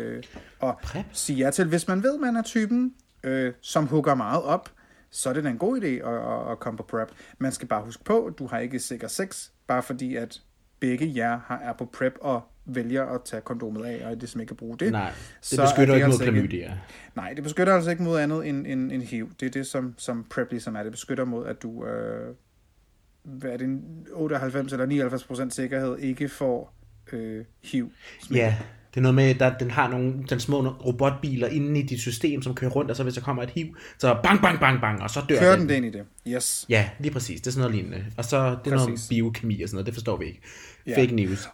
at sige ja til. Hvis man ved, man er typen, som hugger meget op, så er det da en god idé at komme på PrEP. Man skal bare huske på, at du har ikke sikker sex, bare fordi at begge jer er på PrEP og vælger at tage kondomet af, og det som ikke kan bruge det. Nej, det beskytter ikke mod klamydia. Nej, det beskytter altså ikke mod andet end HIV. Det er det, som PrEP ligesom er. Det beskytter mod, at du, hvad er det, 98 eller 99% sikkerhed ikke får HIV. Ja, det er noget med, at den har den små robotbiler inde i dit system, som kører rundt, og så hvis der kommer et HIV, så bang, bang, bang, bang, og så dør kører den ind i det. Yes. Ja, lige præcis. Det er sådan noget lignende. Og så det er noget biokemi og sådan noget, det forstår vi ikke. Fake news.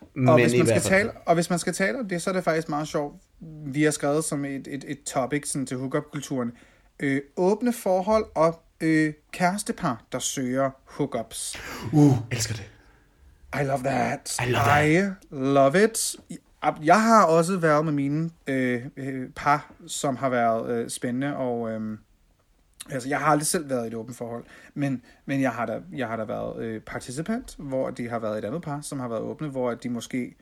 Og hvis man skal tale om det, så er det faktisk meget sjovt. Vi har skrevet som et topic sådan, til hookup-kulturen. Åbne forhold og kærestepar, der søger hookups. Elsker det. I love that. I love it. Jeg har også været med mine par, som har været spændende, og altså, jeg har aldrig selv været i et åbent forhold, men jeg har da været participant, hvor de har været et andet par, som har været åbne, hvor de måske,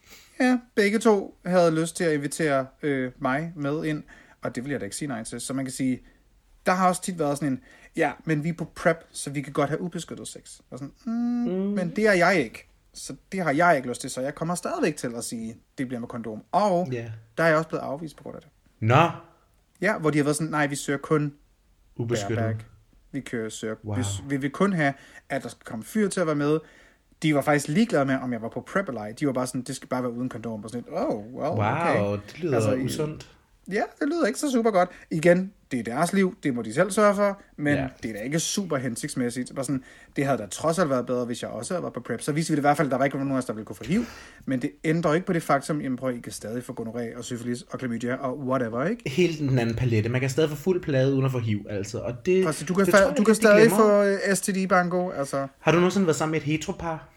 begge to havde lyst til at invitere mig med ind, og det vil jeg da ikke sige nej til. Så man kan sige, der har også tit været sådan en, men vi er på PrEP, så vi kan godt have ubeskyttet sex. Og sådan, men det er jeg ikke. Så det har jeg ikke lyst til, så jeg kommer stadigvæk til at sige, det bliver med kondom. Og der er jeg også blevet afvist på grund af det. Nå? Ja, hvor de har været sådan, nej, vi søger kun ubeskyttet. Vi vil kun have, at der skal komme fyr til at være med. De var faktisk ligeglade med, om jeg var på PrEP eller ej. De var bare sådan, det skal bare være uden kondom. Og sådan lidt, okay. Det lyder usundt. Ja, det lyder ikke så super godt. Igen, det er deres liv, det må de selv sørge for, men det er da ikke super hensigtsmæssigt. Bare sådan, det havde da trods alt været bedre, hvis jeg også havde været på PrEP. Så viser vi det i hvert fald, at der var ikke nogen af os, der ville kunne få HIV, men det ændrer ikke på det faktum, at I kan stadig få gonorrhea og syfilis og klamydia og whatever, ikke? Helt den anden palette. Man kan stadig få fuld plade uden at få HIV, altså. Og det, altså, du kan stadig få STD-bango, altså. Har du nogensinde været sammen med et heteropar?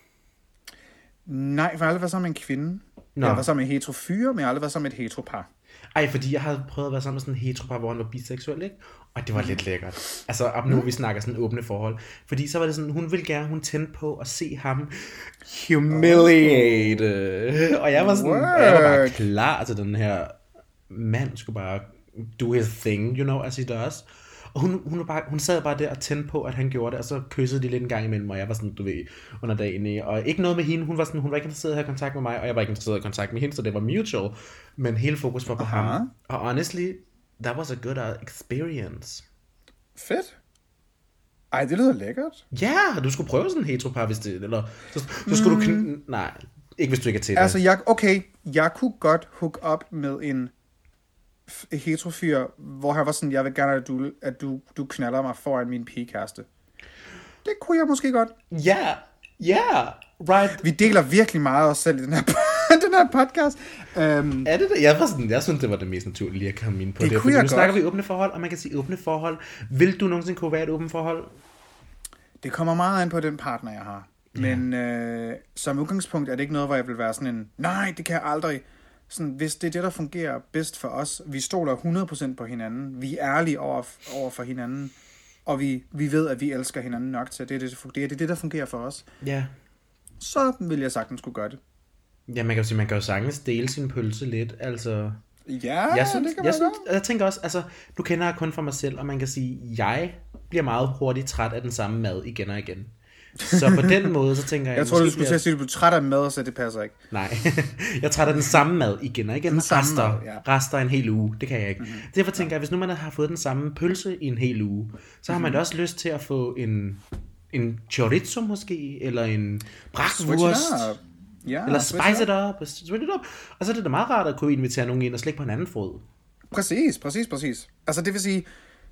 Nej, for jeg har aldrig været sammen med en kvinde. Jeg har været sammen med en heterofyre, men jeg har aldrig været sammen med et heteropar. Ej, fordi jeg havde prøvet at være sammen med sådan en heteropar, hvor han var biseksuel, ikke? Og det var lidt lækkert. Altså, op nu vi snakker sådan åbne forhold. Fordi så var det sådan, hun tændte på at se ham humiliate. Og jeg var sådan, jeg var bare klar til den her mand skulle bare do his thing, you know, as he does. Og hun sad bare der og tændte på, at han gjorde det, og så kyssede de lidt en gang imellem, og jeg var sådan, du ved, under dagen. Og ikke noget med hende, hun var ikke interesseret i at have kontakt med mig, og jeg var ikke interesseret i at have kontakt med hende, så det var mutual. Men hele fokus var på ham. Og honestly, that was a good experience. Fedt. Ej, det lyder lækkert. Ja, du skulle prøve sådan en heteropar, hvis det... Eller, så skulle du... Nej, ikke hvis du ikke er til det. Altså, jeg kunne godt hook op med en heterofyr, hvor han var sådan, jeg vil gerne, at du knaller mig foran min pigekæreste. Det kunne jeg måske godt. Ja, right. Vi deler virkelig meget os selv i den her podcast. Er det det? Jeg synes, det var det mest naturlige at komme ind på det. Kunne jeg nu snakker vi åbne forhold, og man kan sige åbne forhold. Vil du nogensinde kunne være et åbent forhold? Det kommer meget an på den partner, jeg har. Men som udgangspunkt er det ikke noget, hvor jeg vil være sådan en, nej, det kan jeg aldrig. Sådan, hvis det er det, der fungerer bedst for os, vi stoler 100% på hinanden, vi er ærlige over for hinanden, og vi ved, at vi elsker hinanden nok til, det er det, der fungerer for os. Ja. Så vil jeg sagtens skulle gøre det. Ja, man kan jo sagtens dele sin pølse lidt, altså... Ja, det kan man godt. Jeg tænker også, altså, nu kender jeg kun for mig selv, og man kan sige, jeg bliver meget hurtigt træt af den samme mad igen og igen. Så på den måde, så tænker jeg... Jeg tror, du skulle sige, at du bliver træt af mad, så det passer ikke. Nej, jeg er træt af den samme mad igen og igen. Rester en hel uge, det kan jeg ikke. Mm-hmm. Derfor tænker jeg, hvis nu man har fået den samme pølse i en hel uge, så har man da også lyst til at få en chorizo måske, eller en bratwurst. Ja, eller spice it up, og så er det da meget rart at kunne invitere nogen ind og slække på en anden fod. Præcis. Altså det vil sige,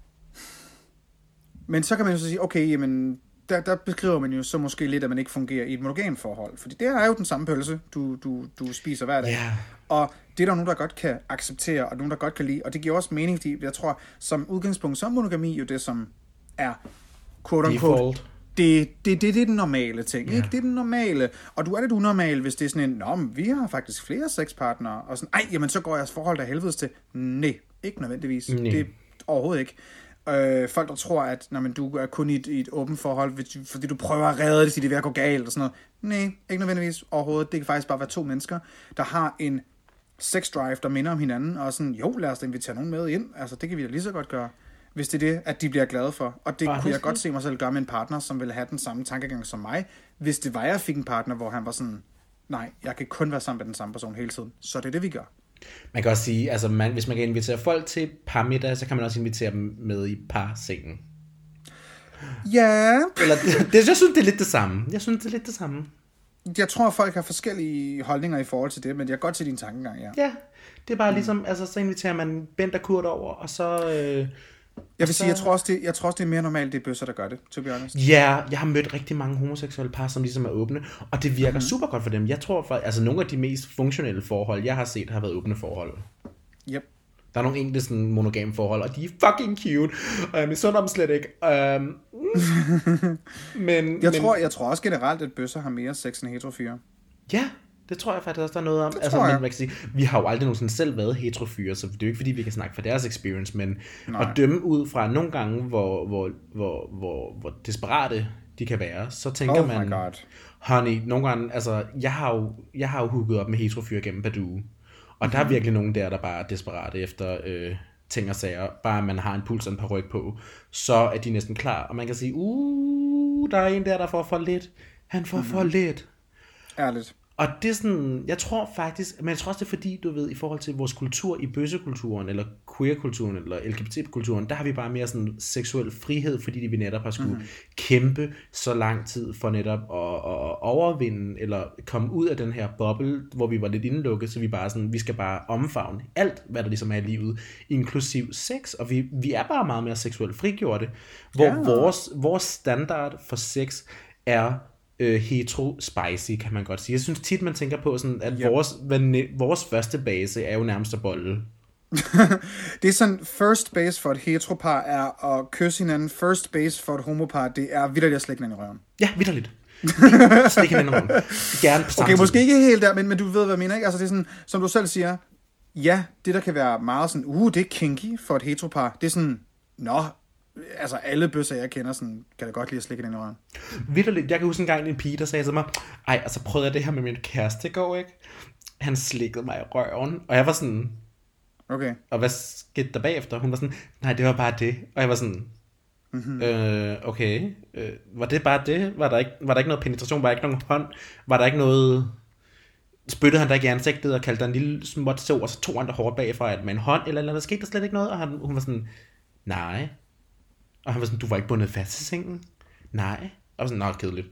men så kan man jo så sige, okay, jamen, der beskriver man jo så måske lidt, at man ikke fungerer i et monogamt forhold, fordi det er jo den samme pølse, du spiser hver dag. Yeah. Og det er der nogen, der godt kan acceptere, og nogen, der godt kan lide, og det giver også mening, fordi jeg tror, som udgangspunkt, så er monogami jo det, som er quote-unquote, det er den normale ting, ikke? Det er den normale, og du er lidt unormal, hvis det er sådan en, nå, men vi har faktisk flere sexpartnnere, og sådan, jamen så går jeres forhold der helvedes til. Nej, ikke nødvendigvis. Nej. Det er overhovedet ikke. Folk, der tror, at du er kun i et åbent forhold, fordi du prøver at redde det, fordi det er ved at gå galt, og sådan noget. Nej, ikke nødvendigvis overhovedet. Det kan faktisk bare være to mennesker, der har en sex drive, der minder om hinanden, og sådan, jo, lad os da invitere nogen med ind. Altså, det kan vi da lige så godt gøre, hvis det er det, at de bliver glade for. Og det kunne jeg godt se mig selv gøre med en partner, som ville have den samme tankegang som mig, hvis det var, jeg fik en partner, hvor han var sådan, nej, jeg kan kun være sammen med den samme person hele tiden. Så det er det, vi gør. Man kan også sige, altså hvis man kan invitere folk til parmiddag, så kan man også invitere dem med i parsengen. Ja. Eller, jeg synes, det er lidt det samme. Jeg tror, at folk har forskellige holdninger i forhold til det, men jeg kan godt til din tankegang, ja. Ja, det er bare ligesom, altså så inviterer man Bent og Kurt over, og så... Jeg vil sige, jeg tror også, det er mere normalt, det er bøsser, der gør det, to be honest. Ja, jeg har mødt rigtig mange homoseksuelle par, som ligesom er åbne, og det virker super godt for dem. Jeg tror, altså nogle af de mest funktionelle forhold, jeg har set, har været åbne forhold. Yep. Der er nogle enkelte sådan monogame forhold, og de er fucking cute, og jeg misunder dem slet ikke. Jeg tror også generelt, at bøsser har mere sex end heterofyre. Ja, det tror jeg faktisk også, der er noget om. Det tror jeg. Man kan sige, vi har jo aldrig nogensinde selv været heterofyre, så det er jo ikke fordi, vi kan snakke fra deres experience, men at dømme ud fra nogle gange, hvor desperate de kan være, så tænker man, honey, nogle gange, altså, jeg har jo hooket op med heterofyre gennem Badoo, og der er virkelig nogen der bare er desperate efter ting og sager, bare man har en puls og en paryk på, så er de næsten klar, og man kan sige, der er en der får for lidt, han får for lidt. Ærligt. Og det er sådan, jeg tror faktisk, men jeg tror også det er fordi, du ved, i forhold til vores kultur i bøssekulturen, eller queerkulturen, eller LGBT-kulturen, der har vi bare mere sådan seksuel frihed, fordi vi netop har skulle kæmpe så lang tid for netop at overvinde, eller komme ud af den her boble, hvor vi var lidt indelukket, så vi bare sådan, vi skal bare omfavne alt, hvad der ligesom er i livet, inklusiv sex, og vi er bare meget mere seksuelt frigjorte, hvor vores standard for sex er hetero-spicy, kan man godt sige. Jeg synes tit, man tænker på, sådan, at vores første base er jo nærmest at bolle. Det er sådan, first base for et heteropar er at kysse hinanden. First base for et homopar, det er vitterligt at slække hinanden i røven. Ja, vitterligt. Slække hinanden i røven. Gerne på samme Okay, måske ikke helt der, men du ved, hvad jeg mener, ikke? Altså, det er sådan, som du selv siger, ja, det der kan være meget sådan, det er kinky for et heteropar. Det er sådan, altså alle bøsser, jeg kender, sådan, kan da godt lide at slikke den i røven. Vitterligt. Jeg kan huske en gang en pige, der sagde til mig, altså prøvede jeg det her med min kæreste i går, ikke? Han slikkede mig i røven, og jeg var sådan, Okay. Og hvad skete der bagefter? Hun var sådan, nej, det var bare det. Og jeg var sådan, okay. Var det bare det? Var der ikke noget penetration? Var der ikke nogen hånd? Var der ikke noget... Spyttede han der ikke i ansigtet og kaldte der en lille småt så, og så tog han der hårdt bagfra med en hånd, eller der skete der slet ikke noget? Og hun var sådan, nej. Og han var sådan, du var ikke bundet fast til sengen? Nej. Og sådan, nå, kedeligt.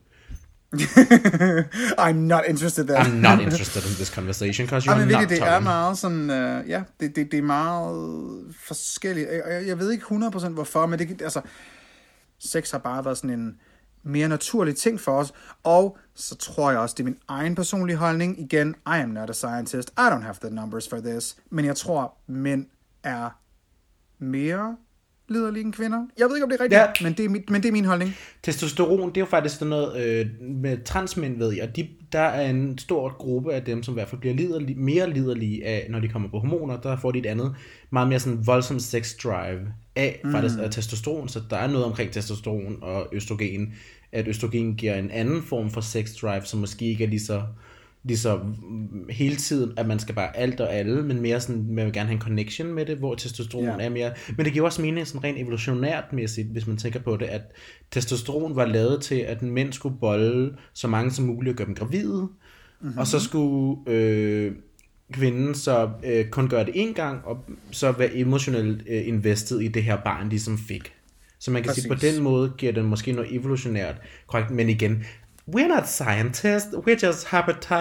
I'm not interested then. I'm not interested in this conversation, because you're not det talking. er meget sådan, det er meget forskelligt. Jeg ved ikke 100% hvorfor, men det, altså, sex har bare været sådan en mere naturlig ting for os, og så tror jeg også, det er min egen personlige holdning. Igen, I am not a scientist, I don't have the numbers for this, men jeg tror, mænd er mere liderlige end kvinder. Jeg ved ikke, om det er rigtigt, ja. men det er min holdning. Testosteron, det er jo faktisk sådan noget, med transmænd ved jeg, der er en stor gruppe af dem, som i hvert fald bliver mere liderlige af, når de kommer på hormoner, der får de et andet, meget mere sådan voldsomt sex drive af faktisk af testosteron, så der er noget omkring testosteron og østrogen, at østrogen giver en anden form for sex drive, som måske ikke er lige så hele tiden, at man skal bare alt og alle, men mere sådan, man vil gerne have en connection med det, hvor testosteron er mere, men det giver også mening sådan rent evolutionært mæssigt, hvis man tænker på det, at testosteron var lavet til, at en mænd skulle bolle så mange som muligt og gøre dem gravide, og så skulle kvinden så kun gøre det en gang, og så være emotionelt invested i det her barn, de som fik. Så man kan sige, på den måde giver det måske noget evolutionært korrekt, men igen, we're not scientists, we're just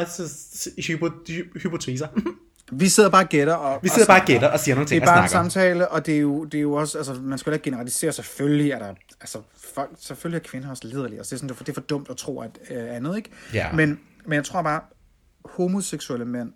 hypoteser. Vi sidder bare og gætter. Og siger nogle ting. Det er bare en samtale, og det er jo også, altså man skal ikke generalisere, selvfølgelig er der, altså folk, selvfølgelig er kvinder også liderlige, altså det er for dumt at tro at andet, ikke? Ja. Men jeg tror bare, homoseksuelle mænd,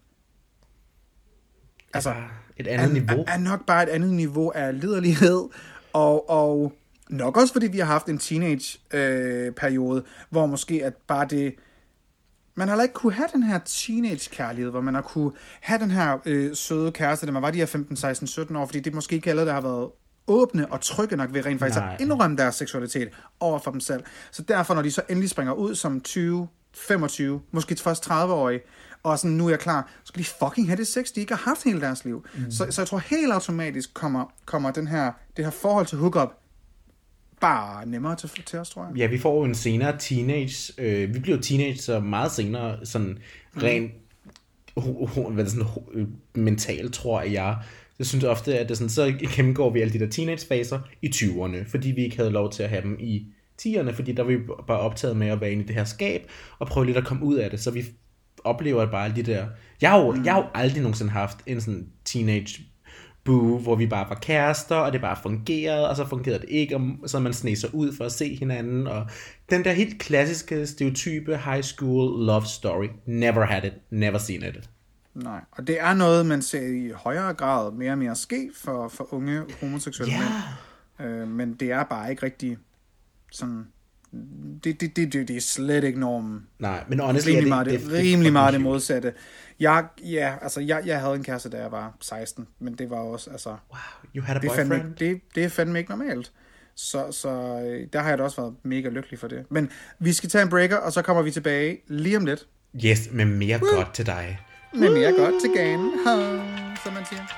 altså et andet niveau. Er nok bare et andet niveau af liderlighed, og nok også fordi vi har haft en teenage-periode, hvor måske at bare det... Man har ikke kunne have den her teenage-kærlighed, hvor man har kunne have den her søde kæreste, da man var de her 15, 16, 17 år, fordi det måske ikke alle, der har været åbne og trygge nok ved rent faktisk at indrømme deres seksualitet over for dem selv. Så derfor, når de så endelig springer ud som 20, 25, måske først 30-årige, og sådan, nu er jeg klar, så skal de fucking have det sex, de ikke har haft hele deres liv. Så jeg tror helt automatisk kommer det her forhold til hookup bare nemmere til os, tror jeg. Ja, vi får jo en senere teenage, vi bliver jo teenager meget senere, sådan rent mentalt, tror jeg. Jeg synes ofte, at det sådan, så gennemgår vi alle de der teenagefaser i 20'erne, fordi vi ikke havde lov til at have dem i 10'erne, fordi der var vi bare optaget med at være inde i det her skab, og prøve lidt at komme ud af det, så vi oplever bare alle de der... Jeg har jo aldrig nogensinde haft en sådan teenage boo, hvor vi bare var kærester, og det bare fungerede, og så fungerede det ikke, og så man sneg sig ud for at se hinanden, og den der helt klassiske, stereotype high school love story, never had it, never seen it. Nej, og det er noget, man ser i højere grad mere og mere ske for unge homoseksuelle mænd, men det er bare ikke rigtig sådan... Det er slet ikke normen. Nej, men honestly rimelig meget det modsatte. Jeg havde en kæreste, da jeg var 16, men det var også, altså... Wow, you had a boyfriend? Det er fandme ikke normalt. Så der har jeg da også været mega lykkelig for det. Men vi skal tage en breaker, og så kommer vi tilbage lige om lidt. Yes, med mere godt til dig. Med mere godt til ganen, som man siger.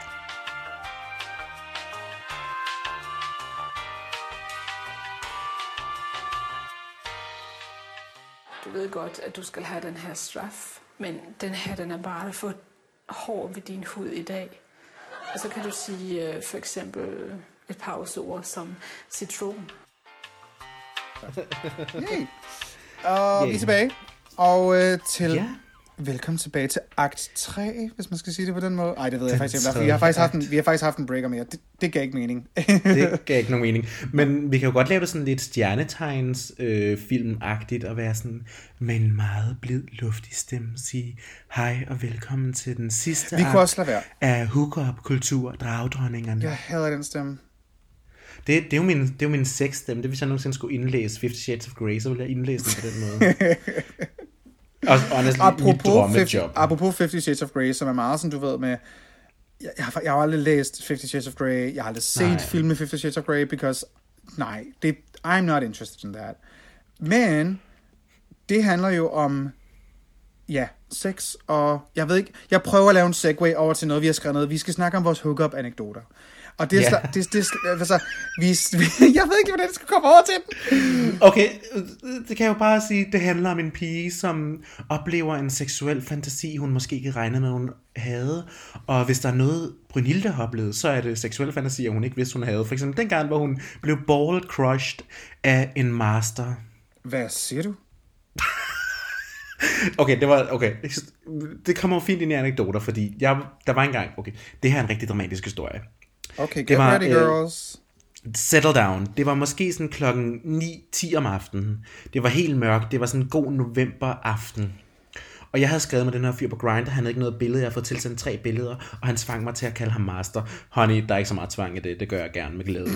Du ved godt, at du skal have den her straf, men den her, den er bare for hård ved din hud i dag. Og så kan du sige for eksempel et pauseord som citron. Hey. Og vi er tilbage. Og velkommen tilbage til akt 3, hvis man skal sige det på den måde. Ej, det ved jeg faktisk ikke. Vi har faktisk haft en breaker mere. Det gav ikke mening. Det gav ikke nogen mening. Men vi kan jo godt lave det sådan lidt stjernetegns filmagtigt og være sådan med en meget blid luftig stemme sige hej og velkommen til den sidste akt af hookup-kultur, Dragedronningerne. Jeg hader den stemme. Det er jo min sexstemme. Det hvis jeg nogensinde skulle indlæse 50 Shades of Grey, så ville jeg indlæse den på den måde. Apropos 50 Shades of Grey, som er meget sådan, du ved, med... Jeg har aldrig læst 50 Shades of Grey. Jeg har aldrig set film med 50 Shades of Grey, because... I'm not interested in that. Men det handler jo om Ja, sex, og jeg ved ikke, jeg prøver at lave en segue over til noget, vi har skrevet ned. Vi skal snakke om vores hookup-anekdoter. Og det er, altså, jeg ved ikke, hvordan det skal komme over til den. Okay, det kan jeg jo bare sige, det handler om en pige, som oplever en seksuel fantasi, hun måske ikke regnede med, hun havde. Og hvis der er noget, Brynhilde har oplevet, så er det seksuelle fantasier, hun ikke vidste, hun havde. For eksempel dengang, hvor hun blev ball-crushed af en master. Hvad siger du? Okay, det kommer jo fint ind i anekdoter, fordi der var engang, det her er en rigtig dramatisk historie. Okay, get ready, girls. Settle down. Det var måske sådan klokken 9-10 om aftenen. Det var helt mørkt. Det var sådan en god novemberaften. Og jeg havde skrevet med den her fyr på Grindr. Han havde ikke noget billede. Jeg havde fået tilsendt 3 billeder, og han tvang mig til at kalde ham master. Honey, der er ikke så meget tvang i det. Det gør jeg gerne med glæde.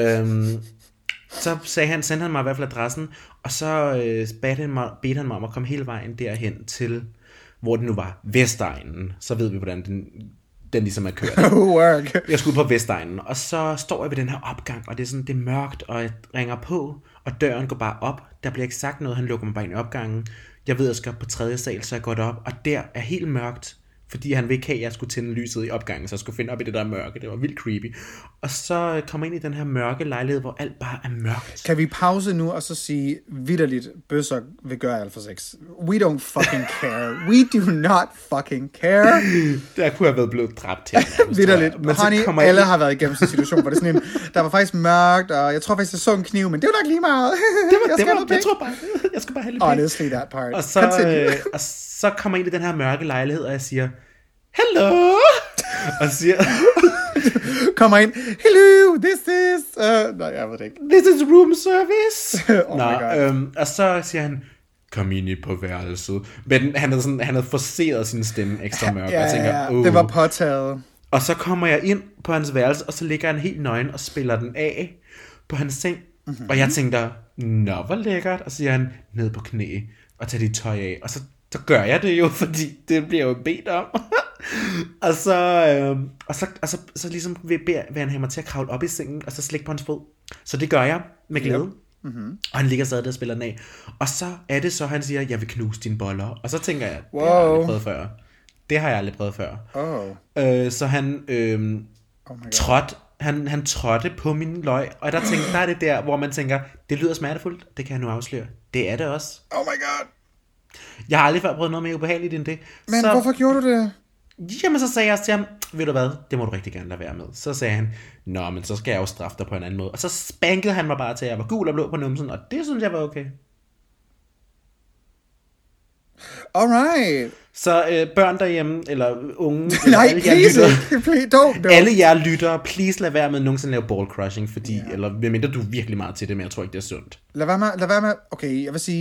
Så sendte han mig i hvert fald adressen, og så bedte han mig om at komme hele vejen derhen til, hvor det nu var, Vestegnen. Så ved vi, hvordan den ligesom er kørt. Jeg skulle på Vestegnen, og så står jeg ved den her opgang, og det er mørkt, og jeg ringer på, og døren går bare op. Der bliver ikke sagt noget, han lukker mig bare ind i opgangen. Jeg ved, at jeg skal op på 3. sal, så jeg går derop, og der er helt mørkt, fordi han vil ikke have, at jeg skulle tænde lyset i opgangen, så jeg skulle finde op i det der mørke. Det var vildt creepy. Og så kommer jeg ind i den her mørke lejlighed, hvor alt bare er mørkt. Kan vi pause nu og så sige, vitterligt, bøsser vil gøre alt for sex? We don't fucking care. We do not fucking care. Der kunne jeg have blevet dræbt her. Vitterligt. Men honey, alle har været igennem sådan en situation, hvor det sådan en, der var faktisk mørkt, og jeg tror faktisk, jeg så en kniv, men det var nok lige meget. Jeg skal bare have lidt penge. Honestly, that part. Og så kommer jeg ind i den her mørke lejlighed, og jeg siger, hello! Og siger, kommer ind, hello, this is... nej, jeg ved det ikke. This is room service. Oh my God. Og så siger han, kom ind på værelset. Men han havde forceret sin stemme ekstra mørk. Ja, og tænker, det var påtaget. Og så kommer jeg ind på hans værelse, og så ligger han helt nøgen og spiller den af på hans seng. Mm-hmm. Og jeg tænker, nå, hvor lækkert. Og så siger han, ned på knæ og tag dit tøj af. Og så gør jeg det jo, fordi det bliver jo bedt om. og så ligesom vil han have mig til at kravle op i sengen, og så slikke på hans fod. Så det gør jeg med glæde. Yep. Mm-hmm. Og han ligger stadig der og spiller den af. Og så er det så, han siger, jeg vil knuse dine boller. Og så tænker jeg, det har jeg aldrig prøvet før. Det har jeg aldrig prøvet før. Så han han trådte på min løg. Og der er det der, hvor man tænker, det lyder smertefuldt. Det kan jeg nu afsløre. Det er det også. Oh my god. Jeg har aldrig før prøvet noget mere ubehageligt end det. Men hvorfor gjorde du det? Jamen, så sagde jeg til ham, ved du hvad, det må du rigtig gerne lade være med. Så sagde han, nå, men så skal jeg jo straffe dig på en anden måde. Og så spankede han mig bare til, at jeg var gul og blå på numsen, og det synes jeg var okay. Alright. Så børn derhjemme, eller unge, nej, please, alle jer lyttere, please lad være med nogensinde lave ball crushing, fordi, eller medmindre du er virkelig meget til det, men jeg tror ikke, det er sundt. Lad være med, okay, jeg vil sige,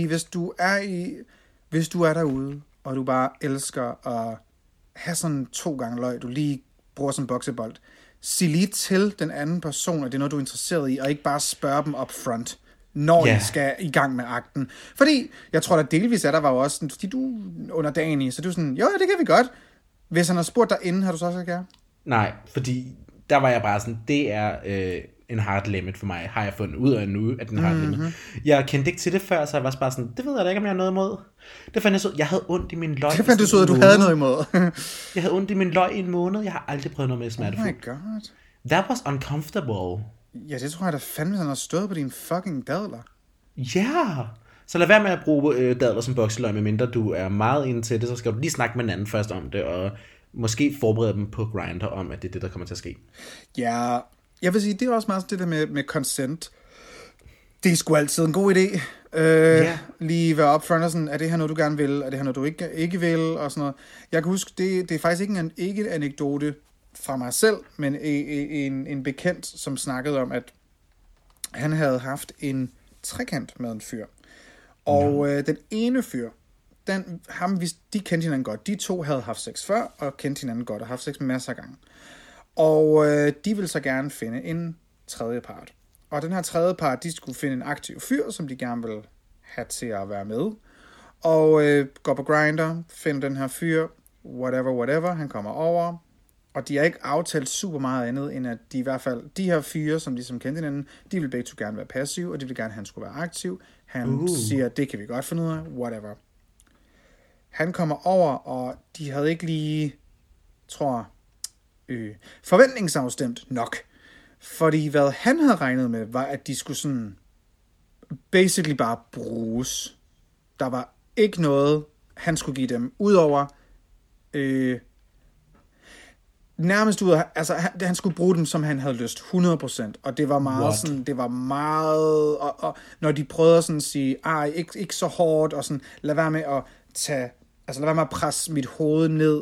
hvis du er derude, og du bare elsker at have sådan 2 gange løg, du lige bruger sådan en boksebold, sig lige til den anden person, at det er noget, du er interesseret i, og ikke bare spørge dem up front, når I skal i gang med akten. Fordi, jeg tror, at delvis er der var jo også, fordi du under dagen i, så du er sådan, jo, det kan vi godt. Hvis han har spurgt dig inden, har du så sagt ja? Nej, fordi der var jeg bare sådan, det er en hard limit for mig, har jeg fundet ud af nu, at den hard limit. Jeg kendte ikke til det før, så jeg var bare sådan, det ved jeg da ikke, om jeg har noget imod. Det fandt jeg så, jeg havde ondt i min løg. Det fandt du så, at du havde noget imod. Jeg havde ondt i min løg i en måned, jeg har aldrig prøvet noget med smertefuldt. Oh my god. That was uncomfortable. Ja, det tror jeg da fandme, han har stået på dine fucking dadler. Ja, så lad være med at bruge dadler som bokseløg, medmindre du er meget inde til det, så skal du lige snakke med den anden først om det, og måske forberede dem på Grindr om, at det er det, der kommer til at ske. Ja, jeg vil sige, det er også meget det der med consent. Det er sgu altid en god idé. Lige være upfront og sådan, er det her noget, du gerne vil? Er det her noget, du ikke vil? Og sådan noget. Jeg kan huske, det er faktisk ikke en anekdote fra mig selv, men en bekendt, som snakkede om, at han havde haft en trekant med en fyr. Og den ene fyr, de kendte hinanden godt. De 2 havde haft sex før, og kendte hinanden godt, og haft sex masser af gange. Og de ville så gerne finde en tredje part. Og den her tredje part, de skulle finde en aktiv fyr, som de gerne ville have til at være med. Og går på Grindr, finder den her fyr, whatever, han kommer over. Og de har ikke aftalt super meget andet, end at de i hvert fald, de her fyre, som kendte hinanden, de vil begge to gerne være passiv, og de vil gerne, at han skulle være aktiv. Han siger, det kan vi godt finde ud af, whatever. han kommer over, og de havde ikke lige, tror forventningsafstemt nok. Fordi hvad han havde regnet med, var, at de skulle sådan basically bare bruges. Der var ikke noget, han skulle give dem, udover nærmest ud af, altså han skulle bruge dem, som han havde lyst, 100%, og det var meget sådan, det var meget, og når de prøvede sådan at sige, ikke så hårdt, og sådan, lad være med at presse mit hoved ned,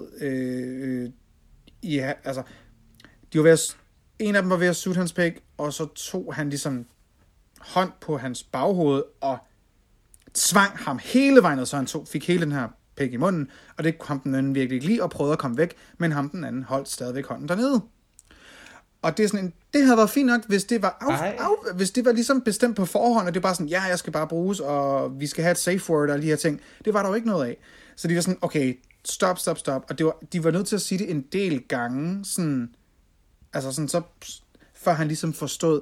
altså, de var ved at, en af dem var ved at sutte hans pæk, og så tog han ligesom hånd på hans baghoved, og tvang ham hele vejen ned, så han fik hele den her pæk i munden, og det kunne ham den anden virkelig ikke lide, og prøvede at komme væk, men ham den anden holdt stadigvæk hånden dernede. Og det er sådan det havde været fint nok, hvis det var hvis det var ligesom bestemt på forhånd, og det var bare sådan, ja, jeg skal bare bruges, og vi skal have et safe word, og alle de her ting. Det var der jo ikke noget af. Så de var sådan, okay, stop, og de var nødt til at sige det en del gange, sådan, altså sådan, så, før han ligesom forstod,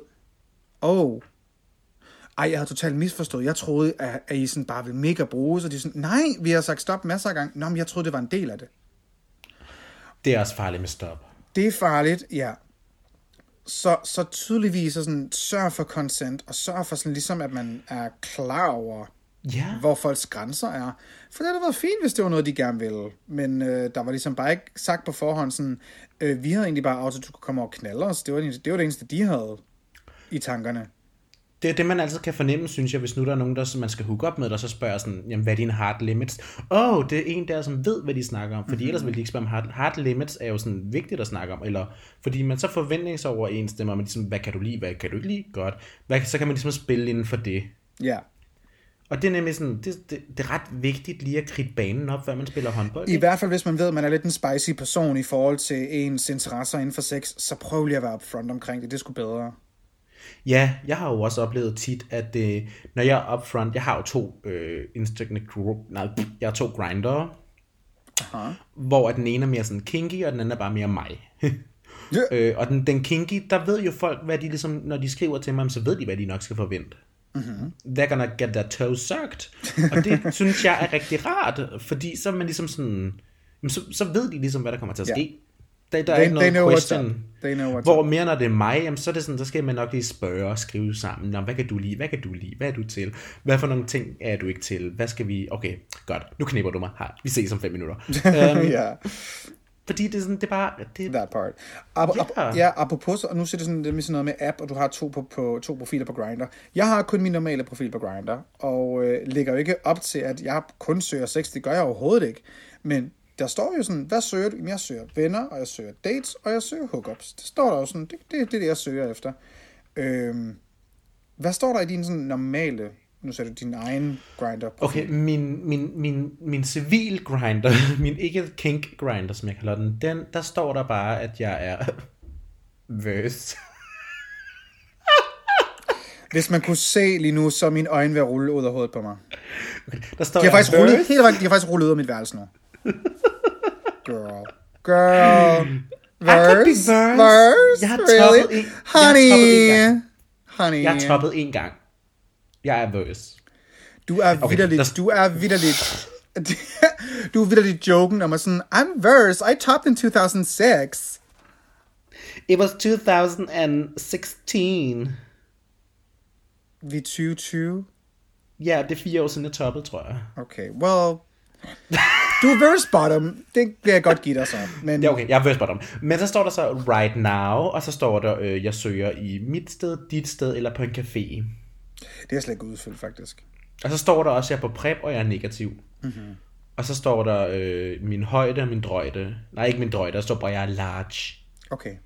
jeg havde totalt misforstået. Jeg troede, at I sådan bare ville mega bruge, så de sådan, nej, vi har sagt stop masser af gange. Nå, men jeg troede, det var en del af det. Det er også farligt med stop. Det er farligt, ja. Så tydeligvis sådan, sørg for consent, og sørg for sådan ligesom, at man er klar over, hvor folks grænser er. For det havde været fint, hvis det var noget, de gerne ville. Men der var ligesom bare ikke sagt på forhånd sådan, vi havde egentlig bare aftalt, at du kunne komme over og knalde os. Det var det eneste, de havde i tankerne. Det er det, man altid kan fornemme, synes jeg, hvis nu der er nogen, der man skal hook op med, og så spørger sådan, jamen, hvad er dine hard limits? Det er en der, som ved, hvad de snakker om, fordi ellers vil de ikke spørge om hard limits, er jo sådan vigtigt at snakke om, eller fordi man så forventningsoverensstemmer, man ligesom, hvad kan du lide, hvad kan du ikke lide? Godt. Så kan man ligesom spille inden for det. Ja. Og det er nemlig sådan, det er ret vigtigt lige at kridte banen op, før man spiller håndbold. I hvert fald, hvis man ved, at man er lidt en spicy person i forhold til ens interesser inden for sex, så prøv lige at være upfront omkring det. Det er sgu bedre. Ja, jeg har jo også oplevet tit, at når jeg er upfront, jeg har jo jeg har to grindere, hvor den ene er mere sådan kinky, og den anden er bare mere mig. Og den kinky, der ved jo folk, hvad de ligesom, når de skriver til mig, så ved de, hvad de nok skal forvente. They're gonna get their toes sucked. Og det synes jeg er rigtig rart, fordi så er man ligesom sådan, så ved de ligesom, hvad der kommer til at ske. Der er ikke noget question. Hvor mere når det er mig, jamen, så er det sådan, så skal man nok lige spørge og skrive sammen. Nå, hvad kan du lide? Hvad kan du lide? Hvad er du til? Hvad for nogle ting er du ikke til? Hvad skal vi? Okay, godt. Nu knipper du mig. Her. Vi ses om 5 minutter. Fordi det er sådan, det er bare... That part. Apropos, og nu ser det sådan, det er sådan noget med app, og du har to profiler på Grindr. Jeg har kun min normale profil på Grindr, og lægger jo ikke op til, at jeg kun søger sex. Det gør jeg overhovedet ikke. Men der står jo sådan, hvad søger du? Jeg søger venner, og jeg søger dates, og jeg søger hookups. Det står der jo sådan, det er det, jeg søger efter. Hvad står der i din sådan normale, nu ser du din egen Grindr-profil? Okay, min civil Grindr, min ikke kink Grindr, som jeg kalder den, der står der bare, at jeg er verse. Hvis man kunne se lige nu, så mine øjne vil rulle ud af hovedet på mig. Okay, der står de har faktisk rullet ud af mit værelse nu. Girl. Verse. Jeg har really? toppet en. Honey. Jeg har toppet en gang. Jeg er verse. Du er vitterligt joken om at sådan, I'm verse. I topped in 2006. It was 2016. Vi er 2020? Ja, det er 4 år siden jeg toppede, tror jeg. Okay, well... Du er verse bottom. Det vil jeg godt give dig så. Men... Ja, okay, jeg er verse bottom. Men så står der så right now, og så står der, jeg søger i mit sted, dit sted, eller på en café. Det er slet ikke udfyldt, faktisk. Og så står der også, jeg er på prep, og jeg er negativ. Mm-hmm. Og så står der min højde og min drøjde. Nej, ikke min drøjde, der står bare, jeg er large. Okay.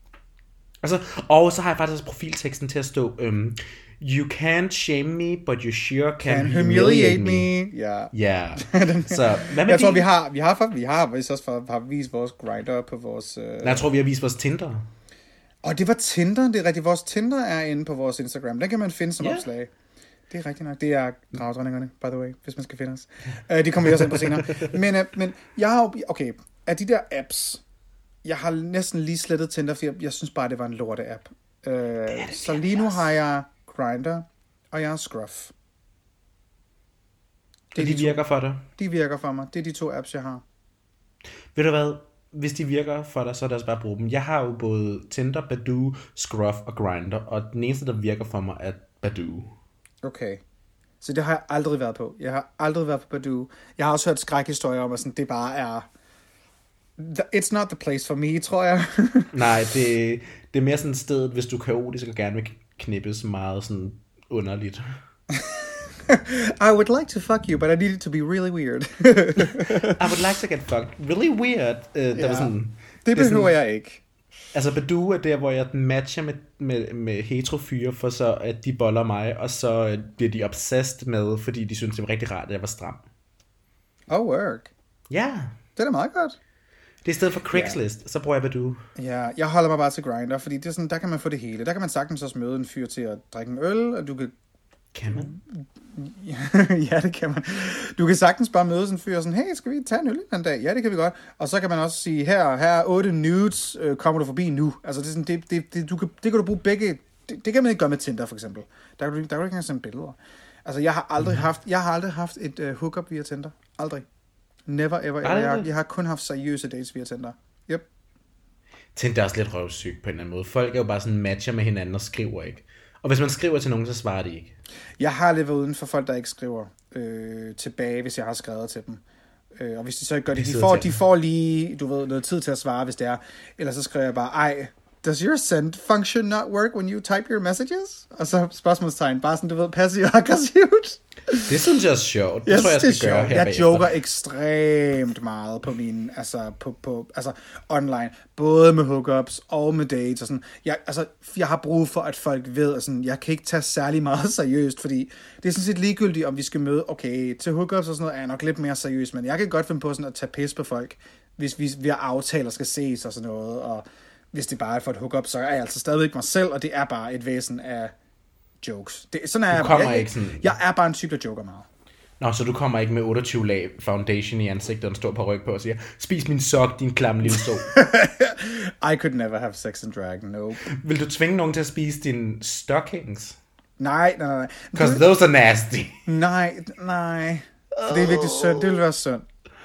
Og så har jeg faktisk profilteksten til at stå, you can't shame me, but you sure can humiliate me. Ja. Ja. Så hvad med jeg tror, vi har vist også vist vores Grindr på vores... Jeg tror, vi har vist vores Tinder. Og det var Tinder, det er rigtigt. Vores Tinder er inde på vores Instagram. Den kan man finde som opslag. Det er rigtigt nok. Det er dragdronningerne, by the way, hvis man skal finde os. Det kommer vi også ind på senere. Men jeg har jo... Okay, af de der apps... Jeg har næsten lige slettet Tinder, fordi jeg synes bare, det var en lorte-app. Så lige nu har jeg Grindr, og jeg har Scruff. Og de virker for dig? De virker for mig. Det er de 2 apps, jeg har. Ved du hvad? Hvis de virker for dig, så er det også bare at bruge dem. Jeg har jo både Tinder, Badoo, Scruff og Grindr, og den eneste, der virker for mig, er Badoo. Okay. Så det har jeg aldrig været på. Jeg har aldrig været på Badoo. Jeg har også hørt skrækhistorier om, at sådan, det bare er... It's not the place for me, tror jeg. Nej, det er mere sådan et sted, hvis du kaotisk og gerne vil knippes meget sådan underligt. I would like to fuck you, but I need it to be really weird. I would like to get fucked. Really weird. Der var sådan, det behøver jeg ikke. Altså Badoo er der, hvor jeg matcher med heterofyre, for så at de boller mig, og så bliver de obsessed med, fordi de synes, det var rigtig rart, at jeg var stram. Oh, work. Ja. Det er da meget godt. Det er i stedet for Craigslist, så bruger jeg Badoo. Ja, jeg holder mig bare til Grindr, fordi det er sådan, der kan man få det hele. Der kan man sagtens også møde en fyr til at drikke en øl, og du kan... Kan man? Ja, det kan man. Du kan sagtens bare møde sådan en fyr og sådan, hey, skal vi tage en øl en dag? Ja, det kan vi godt. Og så kan man også sige, her er 8 nudes, kommer du forbi nu? Altså, det er sådan, det kan du bruge begge. Det kan man ikke gøre med Tinder, for eksempel. Der kan du ikke engang sende billeder. Altså, jeg har aldrig haft et hookup via Tinder. Aldrig. Never, ever, ever. Jeg har kun haft seriøse dates via Tinder. Yep. Tinder er også lidt røvsygt på en eller anden måde. Folk er jo bare sådan matcher med hinanden og skriver ikke. Og hvis man skriver til nogen, så svarer de ikke. Jeg har lidt været uden for folk, der ikke skriver tilbage, hvis jeg har skrevet til dem. Og hvis de så ikke gør det, de får lige, du ved, noget tid til at svare, hvis det er. Eller så skriver jeg bare, ej, does your send function not work when you type your messages? Og så spørgsmålstegn, bare sådan, du ved, passiv-aggressivt. Det synes jeg er sjovt. Det tror jeg skal gøre her jeg bagefter. joker ekstremt meget på min, altså, altså online, både med hookups og med dates og sådan. Jeg har brug for, at folk ved, at sådan, jeg kan ikke tage særlig meget seriøst, fordi det er sådan set ligegyldigt, om vi skal møde, okay, til hookups og sådan noget, er jeg nok lidt mere seriøst, men jeg kan godt finde på sådan at tage pis på folk, hvis vi har aftaler skal ses og sådan noget, og hvis det bare er for et hookup, så er jeg altså stadigvæk mig selv, og det er bare et væsen af jokes. Sådan er jeg er bare en type, der joker meget. Nå, så du kommer ikke med 28 lag foundation i ansigtet og en stor paryk på og siger, spis min sok, din klamme lille so. I could never have sex and drag, no. Vil du tvinge nogen til at spise dine stockings? Nej. Because those are nasty. Nej. Det er virkelig synd. Det vil være synd.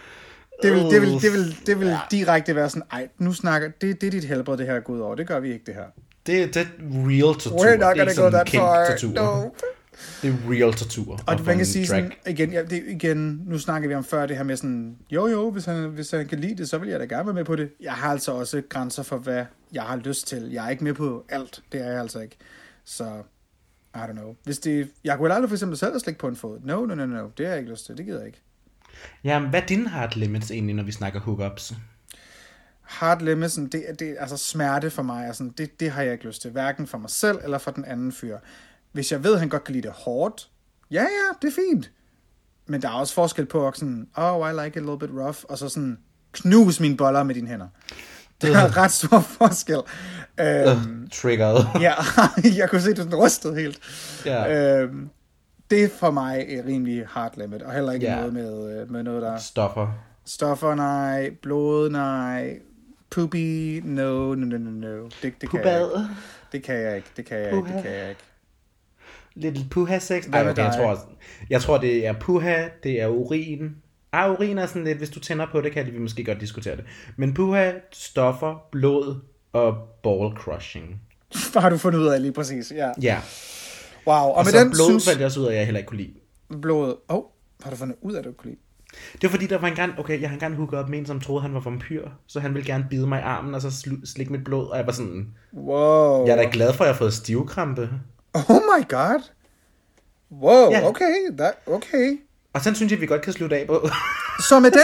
Det vil direkte være sådan, ej, nu snakker, det er dit helbred, det her går ud over. Det gør vi ikke, det her. Det er real tortur. We're not gonna go that far. No. Det er real tortur. Og man kan sige sådan, igen, nu snakker vi om før det her med sådan, jo, hvis han kan lide det, så vil jeg da gerne være med på det. Jeg har altså også grænser for, hvad jeg har lyst til. Jeg er ikke med på alt. Det er jeg altså ikke. Så, I don't know. Jeg kunne aldrig for eksempel selv slikke på en fod. No. Det har jeg ikke lyst til. Det gider jeg ikke. Jamen, hvad er dine hard limits egentlig, når vi snakker hookups? Hard limits, det er altså smerte for mig. Altså, det har jeg ikke lyst til. Hverken for mig selv eller for den anden fyr. Hvis jeg ved, at han godt kan lide det hårdt, ja, det er fint. Men der er også forskel på sådan, I like it a little bit rough, og så sådan, knus mine boller med dine hænder. Der er ret stor forskel. Triggered. Ja, jeg kunne se, at du sådan rystede helt. Yeah. Det er for mig et rimelig hard limit, og heller ikke noget med noget, der... Stoffer, nej. Blod, nej. Poopy, no. Det kan jeg ikke. Det kan jeg ikke. Little puha sex. Jeg tror, det er puha, det er urin. Urin er sådan lidt, hvis du tænder på det, kan vi måske godt diskutere det. Men puha, stoffer, blod og ball crushing. Har du fundet ud af lige præcis, ja. Ja. Wow, og med så den blod fandt jeg også ud af, at jeg heller ikke kunne lide. Blod, har du fundet ud af, at du kunne lide? Det var fordi, der var jeg har engang hooket op med en, som troede, han var vampyr. Så han ville gerne bide mig i armen, og så slikke mit blod. Og jeg var sådan, wow. Jeg er da glad for, at jeg har fået stivkrampe. Oh my god. Wow, yeah. Okay. Og sådan synes jeg, vi godt kan slutte af på. Så med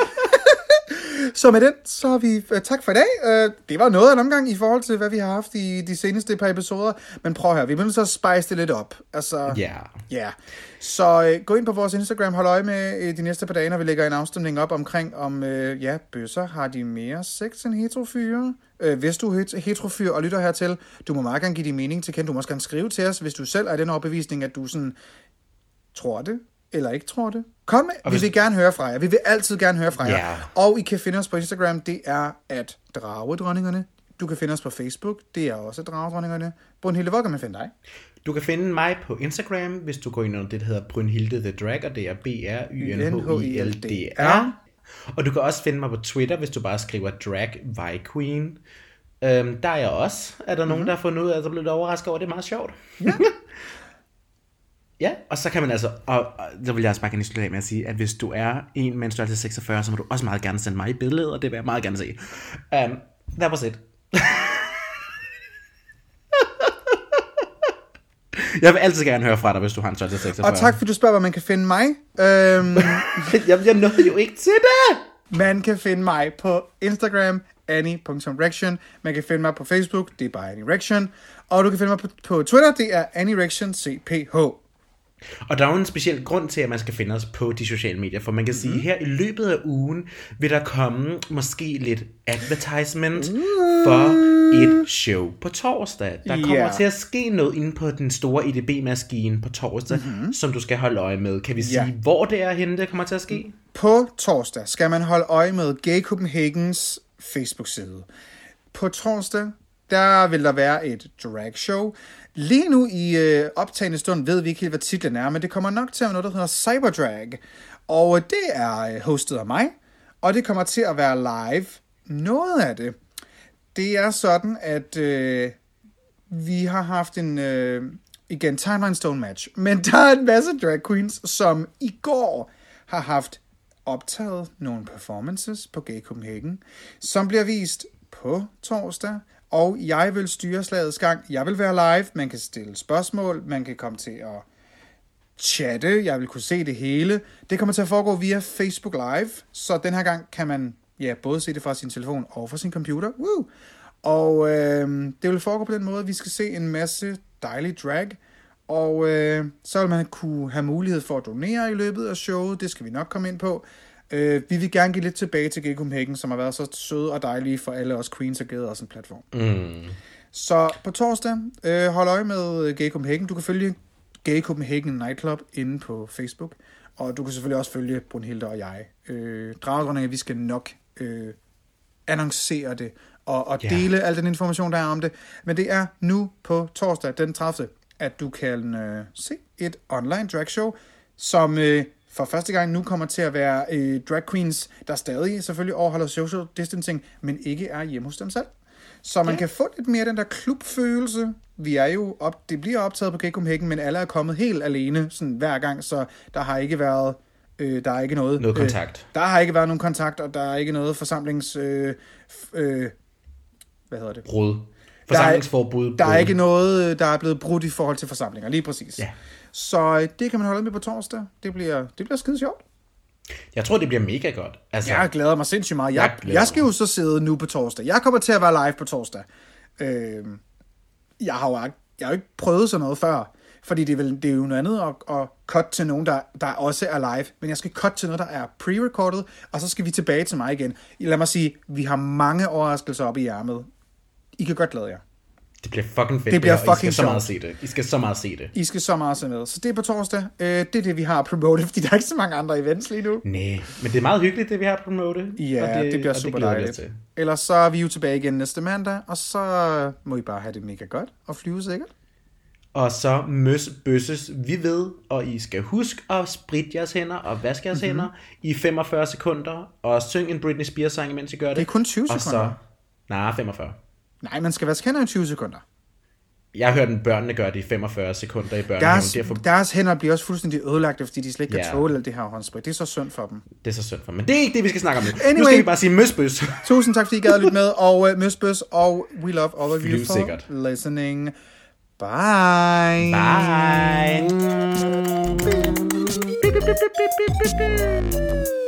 den, så er vi tak for i dag. Det var noget af en omgang i forhold til, hvad vi har haft i de seneste par episoder. Men prøv her, vi bliver så spice det lidt op. Altså, ja. Så gå ind på vores Instagram, hold øje med de næste par dage, når vi lægger en afstemning op omkring, om bøsser, har de mere sex end heterofyre? Hvis du er heterofyr og lytter hertil, du må meget gerne give din mening til kendt. Du må også gerne skrive til os, hvis du selv er den overbevisning, at du sådan tror det, eller ikke tror det. Kom med. Vi vil gerne høre fra jer. Vi vil altid gerne høre fra jer. Og I kan finde os på Instagram. Det er @dragedronningerne. Du kan finde os på Facebook. Det er også Dragedronningerne. Brunhilde, hvor kan man finde dig? Du kan finde mig på Instagram, hvis du går ind under det, der hedder Brunhilde the Drag, og det er BRYNHILDR. Og du kan også finde mig på Twitter, hvis du bare skriver Drag Vi Queen. Der er jeg også. Er der nogen, der har fundet ud af, at der blev lidt overrasket over? Det er meget sjovt. Ja. Ja, og så kan man altså, og så vil jeg også bare gerne slutte af med at sige, at hvis du er en med en størrelse 46, så må du også meget gerne sende mig et billede, og det vil jeg meget gerne se. That was it. Jeg vil altid gerne høre fra dig, hvis du har en størrelse 46. Og tak fordi du spørger, hvor man kan finde mig. Jeg nåede jo ikke til det. Man kan finde mig på Instagram, Annie.rection. Man kan finde mig på Facebook, det er bare Annie-rection. Og du kan finde mig på Twitter, det er Annie-rection.cph. Og der er jo en speciel grund til, at man skal finde os på de sociale medier, for man kan sige, at her i løbet af ugen vil der komme måske lidt advertisement for et show på torsdag. Der kommer til at ske noget inde på den store EDB-maskine på torsdag, som du skal holde øje med. Kan vi sige, hvor det er henne, det kommer til at ske? På torsdag skal man holde øje med Gay Copenhagens Facebook-side. På torsdag, der vil der være et dragshow. Lige nu i optagende stund ved vi ikke helt, hvad titlen er, men det kommer nok til at være noget, der hedder Cyberdrag. Og det er hostet af mig, og det kommer til at være live. Noget af det, det er sådan, at vi har haft en, igen, Timeline Stone match, men der er en masse drag queens, som i går har haft optaget nogle performances på Gay Copenhagen, som bliver vist på torsdag. Og jeg vil styre slagets gang. Jeg vil være live. Man kan stille spørgsmål. Man kan komme til at chatte. Jeg vil kunne se det hele. Det kommer til at foregå via Facebook Live. Så den her gang kan man både se det fra sin telefon og fra sin computer. Woo! Og det vil foregå på den måde, at vi skal se en masse dejlig drag. Og så vil man kunne have mulighed for at donere i løbet af showet. Det skal vi nok komme ind på. Vi vil gerne give lidt tilbage til Gay Copenhagen, som har været så søde og dejlige for alle os queens og givet os en platform. Så på torsdag, hold øje med Gay Copenhagen. Du kan følge Gay Copenhagen Nightclub inde på Facebook, og du kan selvfølgelig også følge Brunhilde og jeg. Dragedronninger, vi skal nok annoncere det og dele al den information, der er om det. Men det er nu på torsdag, den 30., at du kan se et online dragshow, som for første gang nu kommer til at være drag queens, der stadig selvfølgelig overholder social distancing, men ikke er hjemme hos dem selv. Så man kan få lidt mere den der klubfølelse. Vi er jo det bliver optaget på Gay Copenhagen, men alle er kommet helt alene sådan hver gang, så der har ikke været der er ikke noget kontakt. Der har ikke været nogen kontakt, og der er ikke noget forsamlings hvad hedder det? Brud. Forsamlingsforbud. Der er ikke noget, der er blevet brudt i forhold til forsamlinger, lige præcis. Ja. Så det kan man holde med på torsdag. Det bliver skide sjovt. Jeg tror, det bliver mega godt. Altså, jeg glæder mig sindssygt meget. Jeg skal jo så sidde nu på torsdag. Jeg kommer til at være live på torsdag. Jeg har jo ikke prøvet sådan noget før. Fordi det er jo noget andet at cut til nogen, der også er live. Men jeg skal cut til noget, der er pre-recorded. Og så skal vi tilbage til mig igen. Lad mig sige, vi har mange overraskelser op i ærmet. I kan godt glæde jer. Det bliver fucking fedt. Det bliver fucking I skal så meget se det. I skal så meget se det. I skal så meget se med. Så det er på torsdag. Det er det, vi har at promote, fordi der er ikke så mange andre events lige nu. Nej, men det er meget hyggeligt, det vi har at promote. Ja, det bliver super dejligt. Ellers så er vi jo tilbage igen næste mandag, og så må I bare have det mega godt og flyve sikkert. Og så bøsses vi ved, og I skal huske at spritte jeres hænder og vaske jeres hænder i 45 sekunder, og synge en Britney Spears sang, mens I gør det. Det er kun 20 sekunder. Nej, 45. Nej, man skal vaske hænder i 20 sekunder. Jeg har hørt, at børnene gør det i 45 sekunder i børnehaven. Deres hænder bliver også fuldstændig ødelagte, fordi de slet ikke kan tåle alt det her håndsprit. Det er så synd for dem. Det er så synd for dem. Men det er ikke det, vi skal snakke om nu. Anyway, nu skal vi bare sige møsbøs. Tusind tak, fordi I gad at lytte med, og møsbøs, og we love all of you for listening. Bye. Bye.